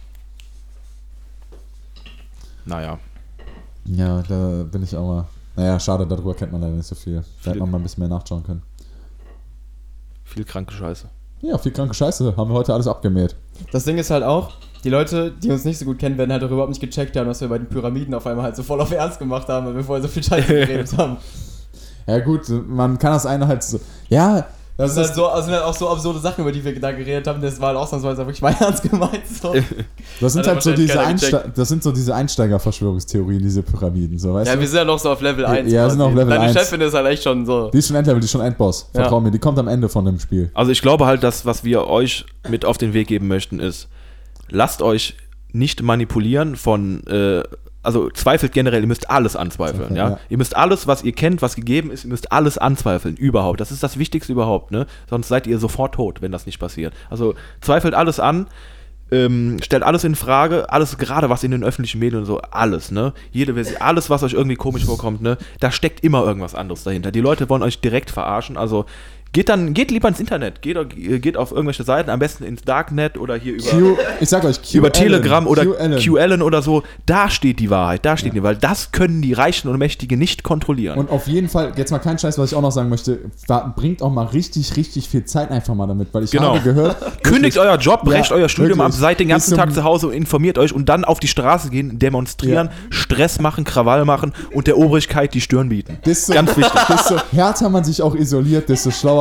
Naja. Ja, da bin ich auch mal... Naja, schade, darüber kennt man leider nicht so viel. Da hätte man mal ein bisschen mehr nachschauen können. Viel kranke Scheiße. Ja, viel kranke Scheiße. Haben wir heute alles abgemäht. Das Ding ist halt auch, die Leute, die uns nicht so gut kennen, werden halt auch überhaupt nicht gecheckt haben, dass wir bei den Pyramiden auf einmal halt so voll auf Ernst gemacht haben, weil wir vorher so viel Scheiße geredet haben. Ja gut, man kann das eine halt so... Ja... Das sind halt auch so absurde Sachen, über die wir da geredet haben. Das war halt ausnahmsweise wirklich mal ernst gemeint. So. Das sind halt so diese Einsteiger-Verschwörungstheorien, diese Pyramiden. So, weißt ja, du? Wir sind ja noch so auf Level 1. Ja, sind auf Level 1. Deine Chefin ist halt echt schon so. Die ist schon Endlevel, die ist schon Endboss. Vertrau mir, die kommt am Ende von dem Spiel. Also ich glaube halt, dass was wir euch mit auf den Weg geben möchten ist, lasst euch nicht manipulieren von... Also zweifelt generell, ihr müsst alles anzweifeln, ja? Ihr müsst alles, was ihr kennt, was gegeben ist, ihr müsst alles anzweifeln, überhaupt. Das ist das Wichtigste überhaupt, ne? Sonst seid ihr sofort tot, wenn das nicht passiert. Also zweifelt alles an, stellt alles in Frage, alles gerade was in den öffentlichen Medien und so, alles, ne? Jede Version, alles, was euch irgendwie komisch vorkommt, ne? Da steckt immer irgendwas anderes dahinter. Die Leute wollen euch direkt verarschen, also geht lieber ins Internet, geht auf irgendwelche Seiten, am besten ins Darknet oder hier über Telegram oder QAnon oder so, da steht die Wahrheit, weil das können die Reichen und Mächtigen nicht kontrollieren. Und auf jeden Fall, jetzt mal kein Scheiß, was ich auch noch sagen möchte, bringt auch mal richtig, richtig viel Zeit einfach mal damit, weil ich habe gehört... Kündigt euer Job, brecht euer Studium ab, seid den ganzen Tag zu Hause und informiert euch und dann auf die Straße gehen, demonstrieren, Stress machen, Krawall machen und der Obrigkeit die Stirn bieten. Ganz wichtig. Desto härter man sich auch isoliert, desto schlauer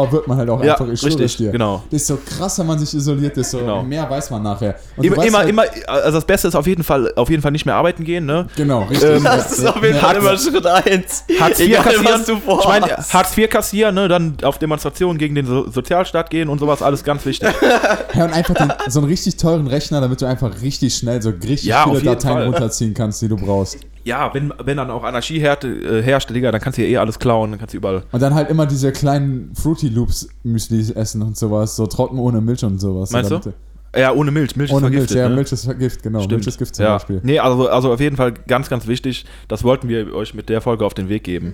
schlauer wird man halt auch einfach. Ich schwöre richtig, dir. genau. Desto krasser man sich isoliert, desto mehr weiß man nachher. Und also das Beste ist auf jeden Fall nicht mehr arbeiten gehen, ne? Genau, richtig. Das ist auf jeden Fall immer Schritt 1. Hartz IV Egal, kassieren, was du vorhast. ich meine, Hartz IV kassieren, ne? Dann auf Demonstrationen gegen den Sozialstaat gehen und sowas, alles ganz wichtig. Ja, und einfach so einen richtig teuren Rechner, damit du einfach richtig schnell so richtig viele Dateien runterziehen kannst, die du brauchst. Ja, wenn dann auch Anarchie herrscht, Digga, dann kannst du ja alles klauen, dann kannst du überall. Und dann halt immer diese kleinen Fruity Loops Müsli essen und sowas, so trocken ohne Milch und sowas. Meinst du? Ja, ohne Milch. Milch ohne ist vergiftet. Milch, ja, ne? Milch ist Gift, genau. Stimmt. Milch ist Gift zum Beispiel. Nee, also auf jeden Fall ganz, ganz wichtig. Das wollten wir euch mit der Folge auf den Weg geben.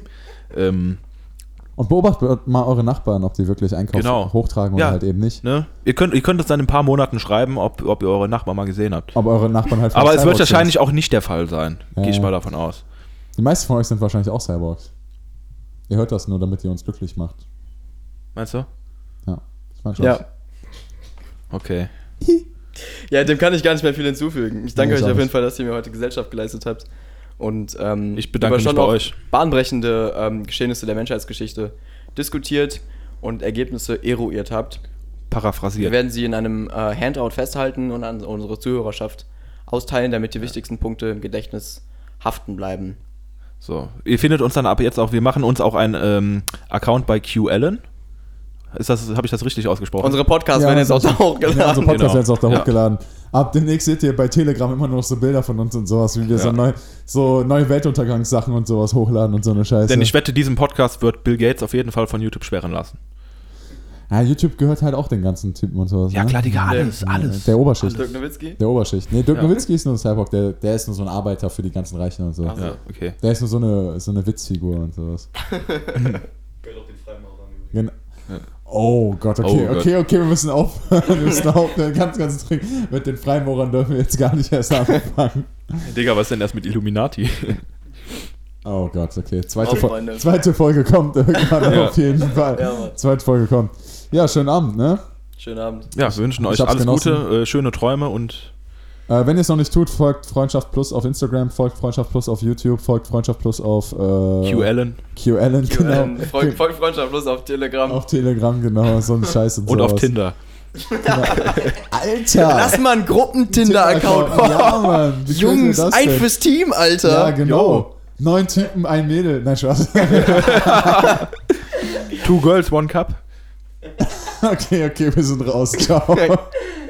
Und beobachtet mal eure Nachbarn, ob die wirklich Einkauf hochtragen oder halt eben nicht. Ne? Ihr könnt es dann in ein paar Monaten schreiben, ob ihr eure Nachbarn mal gesehen habt. Ob eure Nachbarn halt Aber es wird wahrscheinlich auch nicht der Fall sein. Gehe ich mal davon aus. Die meisten von euch sind wahrscheinlich auch Cyborgs. Ihr hört das nur, damit ihr uns glücklich macht. Meinst du? Ja. Ich meine schon. Ja. Okay. Ja, dem kann ich gar nicht mehr viel hinzufügen. Ich danke euch auf jeden Fall, dass ihr mir heute Gesellschaft geleistet habt. Und ich bedanke mich bei euch. Bahnbrechende Geschehnisse der Menschheitsgeschichte diskutiert und Ergebnisse eruiert habt. Paraphrasiert. Wir werden sie in einem Handout festhalten und an unsere Zuhörerschaft austeilen, damit die wichtigsten Punkte im Gedächtnis haften bleiben. So, ihr findet uns dann ab jetzt auch, wir machen uns auch einen Account bei QAnon. Habe ich das richtig ausgesprochen? Unsere Podcasts werden jetzt auch da hochgeladen. Ja, unsere Podcasts werden jetzt auch da hochgeladen. Ab demnächst seht ihr bei Telegram immer nur noch so Bilder von uns und sowas, wie wir so neue Weltuntergangssachen und sowas hochladen und so eine Scheiße. Denn ich wette, diesen Podcast wird Bill Gates auf jeden Fall von YouTube sperren lassen. Ja, YouTube gehört halt auch den ganzen Typen und sowas. Ja, ne? klar, Digga, alles. Der Oberschicht. Dirk Nowitzki? Der Oberschicht. Nee, Dirk Nowitzki ist nur ein Cyborg, der ist nur so ein Arbeiter für die ganzen Reichen und so. Ach so. Ja, okay. Der ist nur so eine Witzfigur und sowas. Gehört auch den Freimaurern. Genau. Oh Gott, okay, wir müssen aufhören. Ganz dringend. Mit den Freimaurern dürfen wir jetzt gar nicht erst anfangen. Digga, was ist denn das mit Illuminati? Oh Gott, okay. Zweite Folge kommt irgendwann auf jeden Fall. Ja, Mann. Zweite Folge kommt. Ja, schönen Abend, ne? Schönen Abend. Ja, wir wünschen euch alles Gute, schöne Träume und... wenn ihr es noch nicht tut, folgt Freundschaft Plus auf Instagram, folgt Freundschaft Plus auf YouTube, folgt Freundschaft Plus auf QAnon, genau. Folgt Freundschaft Plus auf Telegram. Auf Telegram, genau, so ein Scheiß und und sowas. auf Tinder. Genau. Alter! Lass mal einen Gruppen-Tinder-Account machen. Ja, Mann. Wie Jungs, das ein denn? fürs Team, Alter. Ja, genau. 9 Typen, ein Mädel. Nein, Spaß. 2 Girls, 1 Cup. Okay, wir sind raus. Ciao.